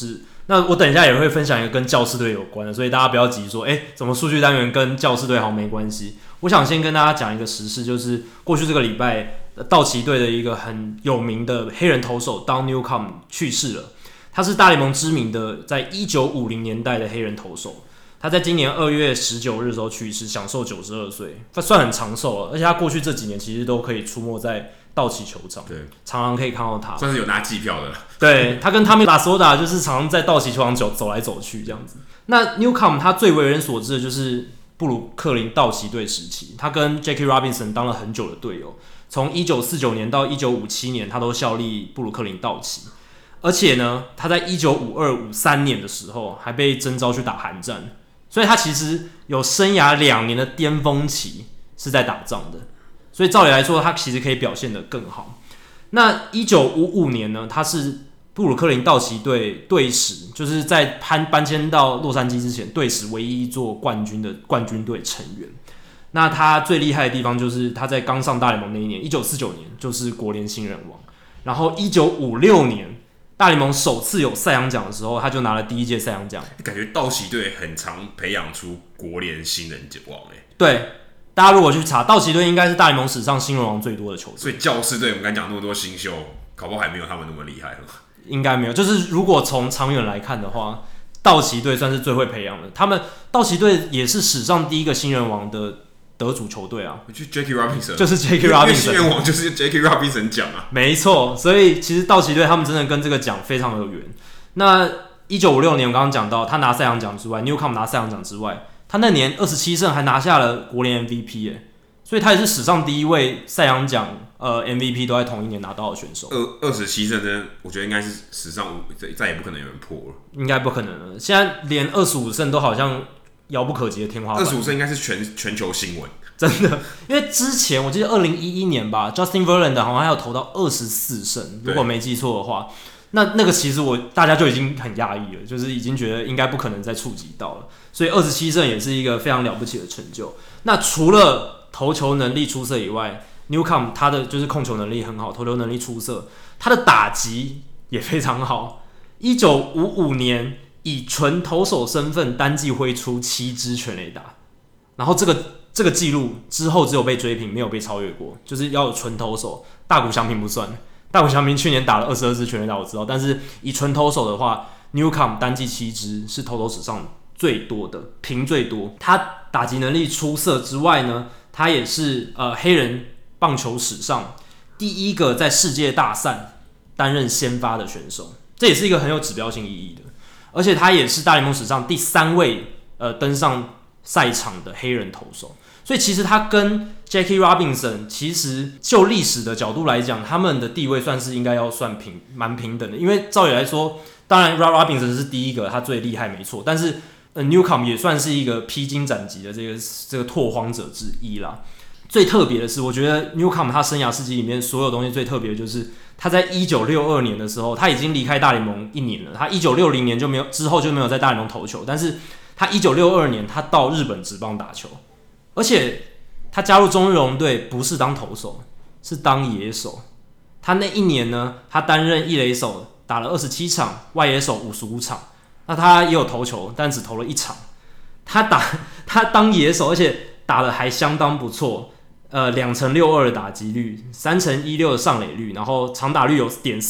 那我等一下也会分享一个跟教士队有关的，所以大家不要急说，怎么数据单元跟教士队好像没关系？我想先跟大家讲一个时事，就是过去这个礼拜，道奇队的一个很有名的黑人投手 Don Newcomb 去世了。他是大联盟知名的，在1950年代的黑人投手。他在今年2月19日的时候去世，享受92岁，算很长寿了。而且他过去这几年其实都可以出没在道奇球场， 对， 常常可以看到他， 算是有拿季票的。 对，他跟他们拉索达就是常常在道奇球场走来走去这样子。那 Newcomb 他最为人所知的就是布鲁克林道奇队时期，他跟 Jackie Robinson 当了很久的队友，从1949年到1957年，他都效力布鲁克林道奇。而且呢，他在1952、53年的时候还被征召去打韩战，所以他其实有生涯2年的巅峰期是在打仗的。所以照理来说，他其实可以表现得更好。那1955年呢，他是布鲁克林道奇队队史，就是在搬迁到洛杉矶之前，队史唯一一座冠军的冠军队成员。那他最厉害的地方就是他在刚上大联盟那一年，1949年就是国联新人王。然后1956年大联盟首次有赛扬奖的时候，他就拿了第一届赛扬奖。 感觉道奇队很常培养出国联新人王对。大家如果去查，道奇队应该是大联盟史上新人王最多的球队。 所以教士队我们刚讲那么多新秀，搞不好还没有他们那么厉害了。 应该没有，就是如果从长远来看的话，道奇队算是最会培养的。他们道奇队也是史上第一个新人王的得主球队啊， 就 Jackie Robinson， 就是 Jackie Robinson， 新人王就是 Jackie Robinson 奖啊。 没错，所以其实道奇队他们真的跟这个奖非常有缘。那1956年我刚刚讲到，他拿赛扬奖之外 ，Newcomb 拿赛扬奖之外。他那年27胜，还拿下了国联 MVP 所以他也是史上第一位赛扬奖MVP 都在同一年拿到的选手。 27胜呢，我觉得应该是史上再也不可能有人破了， 应该不可能了。现在连25胜都好像遥不可及的天花板。 25胜应该是全球新闻， 真的，因为之前我记得2011年吧 ，Justin Verlander 好像还有投到24胜，如果没记错的话。那个其实大家就已经很压抑了，就是已经觉得应该不可能再触及到了，所以27胜也是一个非常了不起的成就。那除了投球能力出色以外 ，Newcomb 他的就是控球能力很好，投球能力出色，他的打击也非常好。1955年以纯投手身份单季挥出7支全垒打，然后这个记录之后只有被追平，没有被超越过，就是要有纯投手，大谷翔平不算。大谷翔平去年打了22支全垒打，我知道，但是以纯投手的话 ，Newcomb 单季7支是投手史上最多的，平最多。他打击能力出色之外呢，他也是黑人棒球史上第一个在世界大赛担任先发的选手，这也是一个很有指标性意义的。而且他也是大联盟史上第3位登上赛场的黑人投手。所以其实他跟 Jackie Robinson 其实就历史的角度来讲，他们的地位算是应该要算蛮平等的。因为照理来说，当然 Robinson 是第一个，他最厉害没错，但是Newcomb 也算是一个披荆斩棘的这个拓荒者之一啦。最特别的是，我觉得 Newcomb 他生涯事迹里面所有东西最特别的就是他在1962年的时候，他已经离开大联盟1年了。他1960年之后就没有在大联盟投球，但是他1962年他到日本职棒打球。而且他加入中日龙队不是当投手，是当野手。他那一年呢，他担任一垒手，打了27场，外野手55场。那他也有投球，但只投了1场。他当野手，而且打得还相当不错。2.62%的打击率，3.16%的上垒率，然后长打率有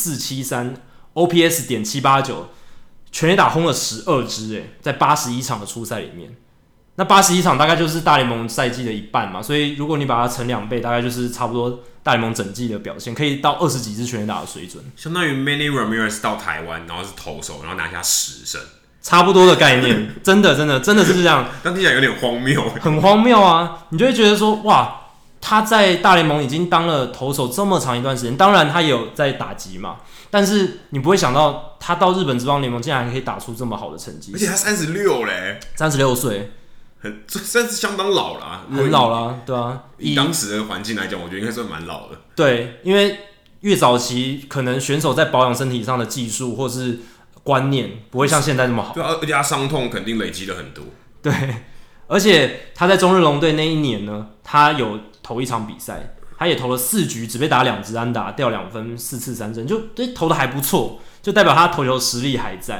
.473，OPS .789，全垒打轰了12支，在81场的出赛里面。那81场大概就是大联盟赛季的一半嘛，所以如果你把它乘2倍，大概就是差不多大联盟整季的表现，可以到20几支全垒打的水准， 相当于 Manny Ramirez 到台湾，然后是投手，然后拿下10胜， 差不多的概念，真的是这样。 但听起来有点荒谬， 很荒谬啊！你就会觉得说，哇，他在大联盟已经当了投手这么长一段时间，当然他也有在打击嘛，但是你不会想到他到日本职棒联盟竟然可以打出这么好的成绩， 而且他36嘞 ，36岁。 算是相当老了， 很老了，对啊。 以当时的环境来讲，我觉得应该算蛮老的。 对，因为越早期可能选手在保养身体上的技术或是观念不会像现在那么好。 对啊，而且他伤痛肯定累积了很多。 对，而且他在中日龙队那一年呢，他有投一场比赛，他也投了4局，只被打2支安打，掉2分，4次3振，就投的还不错，就代表他投球实力还在。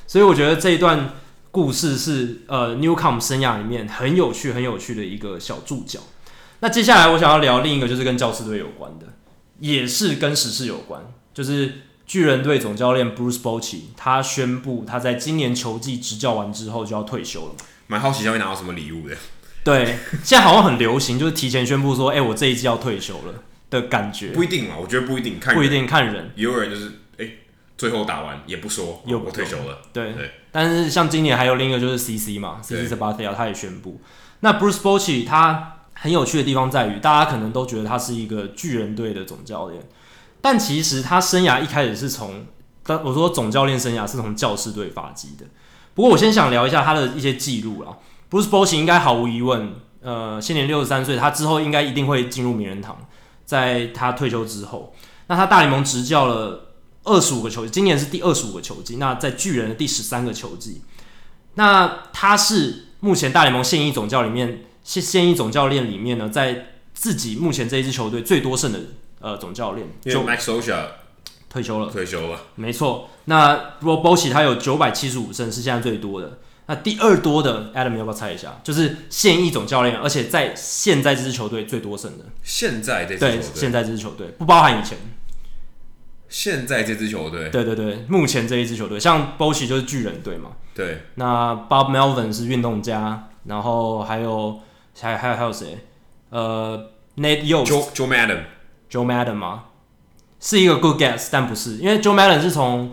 所以我觉得这一段故事是Newcomb 生涯里面很有趣的一个小注脚。那接下来我想要聊另一个，就是跟教士队有关的，也是跟时事有关，就是巨人队总教练 Bruce Bochy 他宣布他在今年球季执教完之后就要退休了。 蛮好奇他会拿到什么礼物的。 对，现在好像很流行，就是提前宣布说，我这一季要退休了的感觉。 不一定嘛，我觉得不一定， 不一定看人。 也有人就是最后打完也不说，我退休了。对， 但是像今年还有另一个就是 CC 嘛 ，CC Sabathia 他也宣布。那 Bruce Bochy 他很有趣的地方在于，大家可能都觉得他是一个巨人队的总教练，但其实他生涯一开始是从，我说总教练生涯是从教士队发迹的。不过我先想聊一下他的一些记录啦。Bruce Bochy 应该毫无疑问，现年63岁，他之后应该一定会进入名人堂，在他退休之后。那他大联盟执教了25个球季，今年是第25个球季，那在巨人的第13个球季。那他是目前大联盟现役总教练里面呢，在自己目前这一支球队最多胜的总教练， 因为 Max Scioscia 退休了， 没错。那 Bochy 他有975胜，是现在最多的。那第二多的 Adam 要不要猜一下？就是现役总教练，而且在现在这支球队最多胜的。 现在这支球队， 对，现在这支球队不包含以前。 现在这支球队， 对，目前这一支球队，像 Bochy 就是巨人队嘛。 对。 那 Bob Melvin 是运动家，然后还有谁？Nate Yost、Joe Maddon 吗？是一个 good guess， 但不是，因为 Joe Maddon 是从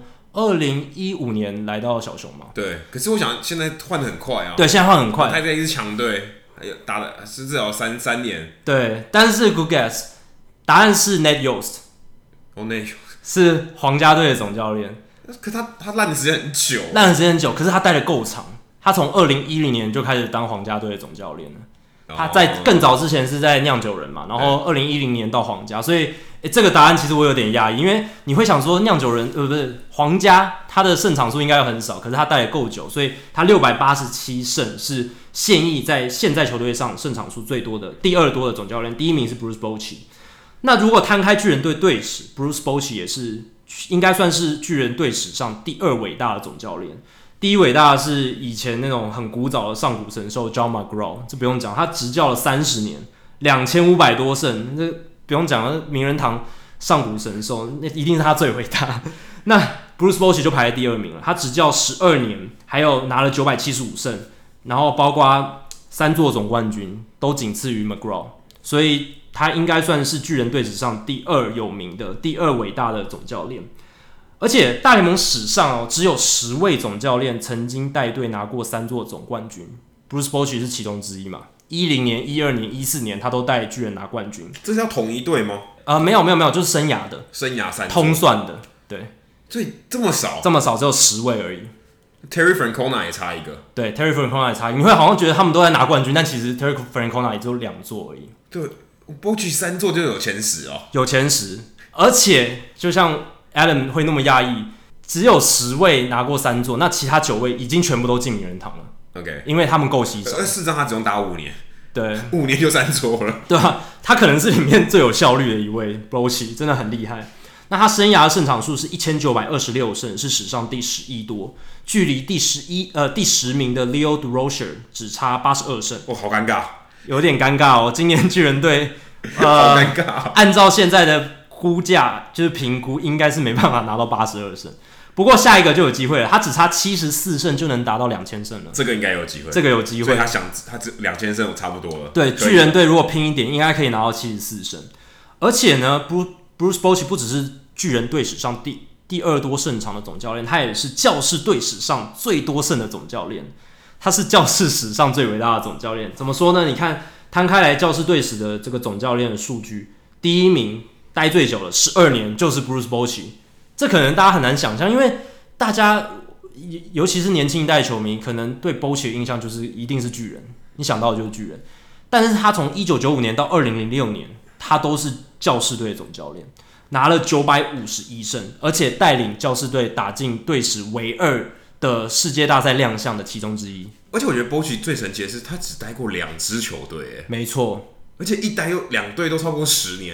2015年来到小熊嘛。 对，可是我想现在换得很快啊。 对，现在换很快。 他在一支强队，打的是至少三年。 对，但是 good guess， 答案是 Nate Yost。 Nate Yost 是皇家队的总教练。 可他烂的时间很久，可是他待的够长。他从2010年就开始当皇家队的总教练了。他在更早之前是在酿酒人嘛，然后2010年到皇家，所以这个答案其实我有点讶异，因为你会想说酿酒人不是皇家，他的胜场数应该很少，可是他待得够久，所以他687胜是在现在球队上胜场数最多的，第二多的总教练，第一名是 Bruce Bochy。那如果摊开巨人队队史 ，Bruce Bochy 也是应该算是巨人队史上第二伟大的总教练。第一伟大的是以前那种很古早的上古神兽 John McGraw， 这不用讲，他执教了30年，2500多胜，这不用讲，名人堂上古神兽，那一定是他最伟大。那 Bruce Bochy 就排在第二名了，他执教12年，还有拿了975胜，然后包括3座总冠军，都仅次于 McGraw， 所以他应该算是巨人队史上第二有名的、第二伟大的总教练。而且大联盟史上只有10位总教练曾经带队拿过3座总冠军 ，Bruce Bochy 是其中之一嘛。10年、12年、14年，他都带巨人拿冠军。 这是要同一队吗？ 没有，就是生涯的， 生涯3座通算的，对。 所以这么少， 只有10位而已。 Terry Francona 也差一个， 对 ，Terry Francona 也差一个。你会好像觉得他们都在拿冠军，但其实 Terry Francona 也只有2座而已。 对 ，Bochy 3座就有前10哦， 有前10，而且就像 Adam 会那么讶异，只有10位拿过3座，那其他9位已经全部都进名人堂了。 OK， 因为他们够稀少。 事实上他只用打5年， 对 ，5年就3座了， 对吧？他可能是里面最有效率的一位 ，Bochy 真的很厉害。那他生涯的胜场数是1926胜，是史上第11多，距离第10名的 Leo Durocher 只差82胜。 好尴尬， 有点尴尬哦。今年巨人队， 好尴尬。 按照现在的估价，就是评估，应该是没办法拿到82胜。不过下一个就有机会了，他只差74胜就能达到2000胜了。 这个应该有机会， 所以他只2000胜差不多了。 对，巨人队如果拼一点，应该可以拿到74胜。而且呢，Bruce Bochy 不只是巨人队史上第二多胜场的总教练，他也是教士队史上最多胜的总教练。他是教士史上最伟大的总教练。怎么说呢？你看摊开来教士队史的这个总教练的数据，第一名待最久了12年就是 Bruce Bochy。这可能大家很难想象，因为大家尤其是年轻一代球迷，可能对 Bochy 的印象就是一定是巨人，你想到的就是巨人。但是他从1995年到2006年，他都是教士队的总教练，拿了951胜，而且带领教士队打进队史唯2的世界大赛亮相的其中之一。 而且我觉得 Bochy 最神奇的是，他只待过2支球队， 没错， 而且一待又2队都超过10年。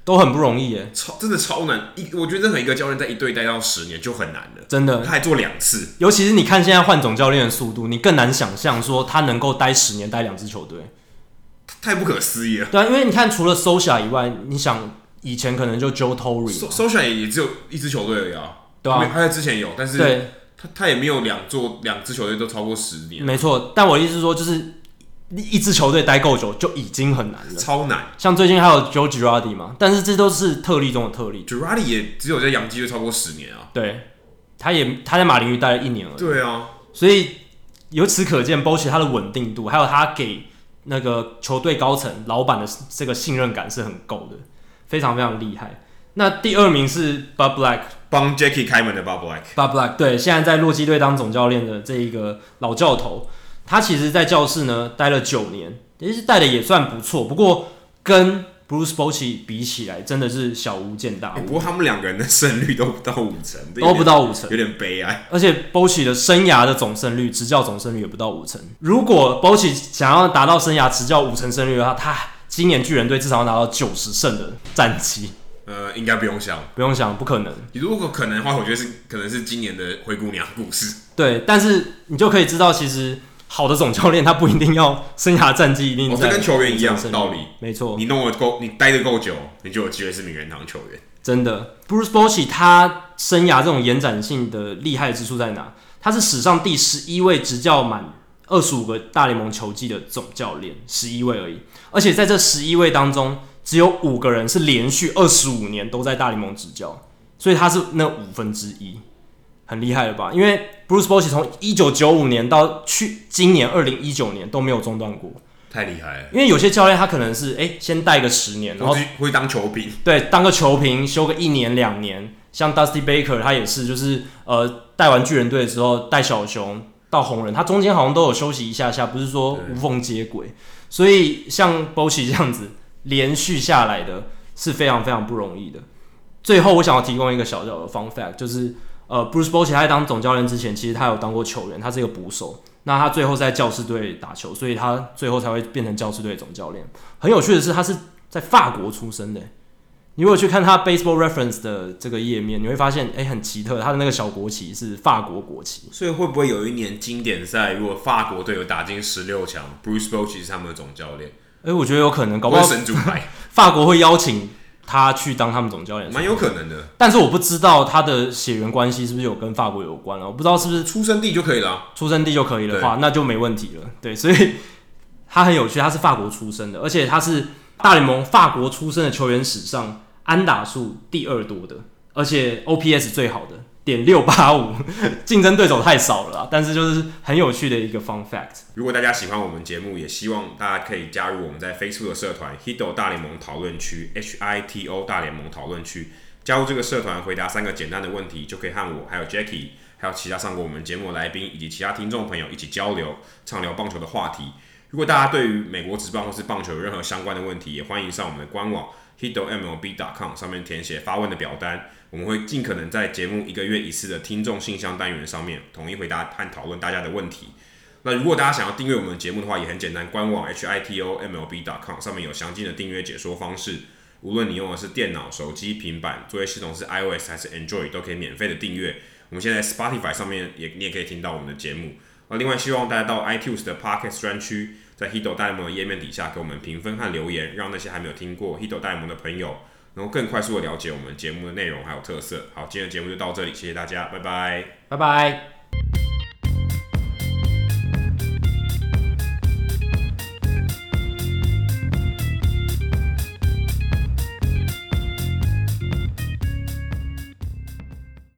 都很不容易耶， 真的超难。我觉得任何一个教练在一队待到10年就很难了， 真的。 他还做2次， 尤其是你看现在换总教练的速度，你更难想象说他能够待10年待2支球队， 太不可思议了。 对啊，因为你看除了 Solskjaer 以外，你想以前可能就 Joe Torre，Solskjaer 也只有1支球队而已啊， 对啊， 他在之前有，但是对他也没有2支球队都超过10年， 没错。但我的意思是说，就是一支球队待够久就已经很难了， 超难。 像最近还有 Joe Girardi 嘛，但是这都是特例中的特例。 Girardi 也只有在洋基队超过10年啊。 对，他在马林鱼待了1年而已。 对啊， 所以由此可见 Bochy 他的稳定度，还有他给那个球队高层老板的这个信任感是很够的，非常非常厉害。那第2名是 Bob Black， 帮 Jackie 开门的 Bob Black， 对，现在在洛基队当总教练的这一个老教头。他其实，在教室呢待了9年，其实带的也算不错。不过跟 Bruce Bochy 比起来，真的是小巫见大巫。 不过他们2个人的胜率都不到50%， 都不到50%， 有点悲哀。 而且 Bochy 的生涯的总胜率，执教总胜率也不到50%。如果 Bochy 想要达到生涯执教50%胜率的话，他今年巨人队至少要拿到90胜的战绩。 应该不用想， 不可能。 如果可能的话，我觉得可能是今年的灰姑娘故事。 对，但是你就可以知道，其实好的总教练他不一定要生涯战绩一定在。 这跟球员一样的道理。 没错， 你待得够久，你就有机会是名人堂球员。 真的 ，Bruce Bochy 他生涯这种延展性的厉害之处在哪？他是史上第11位执教满25个大联盟球季的总教练，11位而已。而且在这11位当中，只有5个人是连续25年都在大联盟执教，所以他是那1/5，很厉害了吧？因为 Bruce Bochy 从1995年到今年2019年都没有中断过， 太厉害了。 因为有些教练他可能是先带个10年，然后会当球评， 对，当个球评休个1年2年。像 Dusty Baker 他也是，就是带完巨人队之后带小熊到红人，他中间好像都有休息一下下，不是说无缝接轨。所以像 Bochy 这样子连续下来的是非常非常不容易的。最后我想要提供一个小小的 fun fact， 就是Bruce Bochy 他在当总教练之前，其实他有当过球员，他是一个捕手。那他最后在教士队打球，所以他最后才会变成教士队总教练。很有趣的是，他是在法国出生的。你如果去看他 Baseball Reference 的这个页面，你会发现，很奇特，他的那个小国旗是法国国旗。 所以会不会有一年经典赛，如果法国队有打进16强 ，Bruce Bochy 是他们的总教练？ 我觉得有可能，搞不好神主牌， 法国会邀请他去当他们总教练， 蛮有可能的。 但是我不知道他的血缘关系是不是有跟法国有关了，我不知道是不是出生地就可以了。 出生地就可以的话，那就没问题了。对，所以他很有趣，他是法国出生的，而且他是大联盟法国出生的球员史上安打数第2多的，而且 OPS 最好的.685，竞争对手太少了啦，但是就是很有趣的一个 fun fact。 如果大家喜欢我们节目，也希望大家可以加入我们在 Facebook 的社团 Hito 大联盟讨论区 HITO 大联盟讨论区。加入这个社团，回答3个简单的问题，就可以和我、还有 Jackie、还有其他上过我们节目的来宾以及其他听众朋友一起交流，畅聊棒球的话题。如果大家对于美国职棒或是棒球有任何相关的问题，也欢迎上我们的官网 hitomlb.com 上面填写发问的表单，我们会尽可能在节目1个月1次的听众信箱单元上面统一回答和讨论大家的问题。那如果大家想要订阅我们的节目的话，也很简单，官网 hitomlb.com 上面有详尽的订阅解说方式。无论你用的是电脑、手机、平板，作业系统是 iOS 还是 Android， 都可以免费的订阅。我们现在在 Spotify 上面你也可以听到我们的节目。另外，希望大家到 iTunes 的 Podcast 专区，在 Hito 大联盟的页面底下给我们评分和留言，让那些还没有听过 Hito 大联盟的朋友能够更快速的了解我们节目的内容还有特色。好，今天的节目就到这里，谢谢大家，拜拜， 拜拜。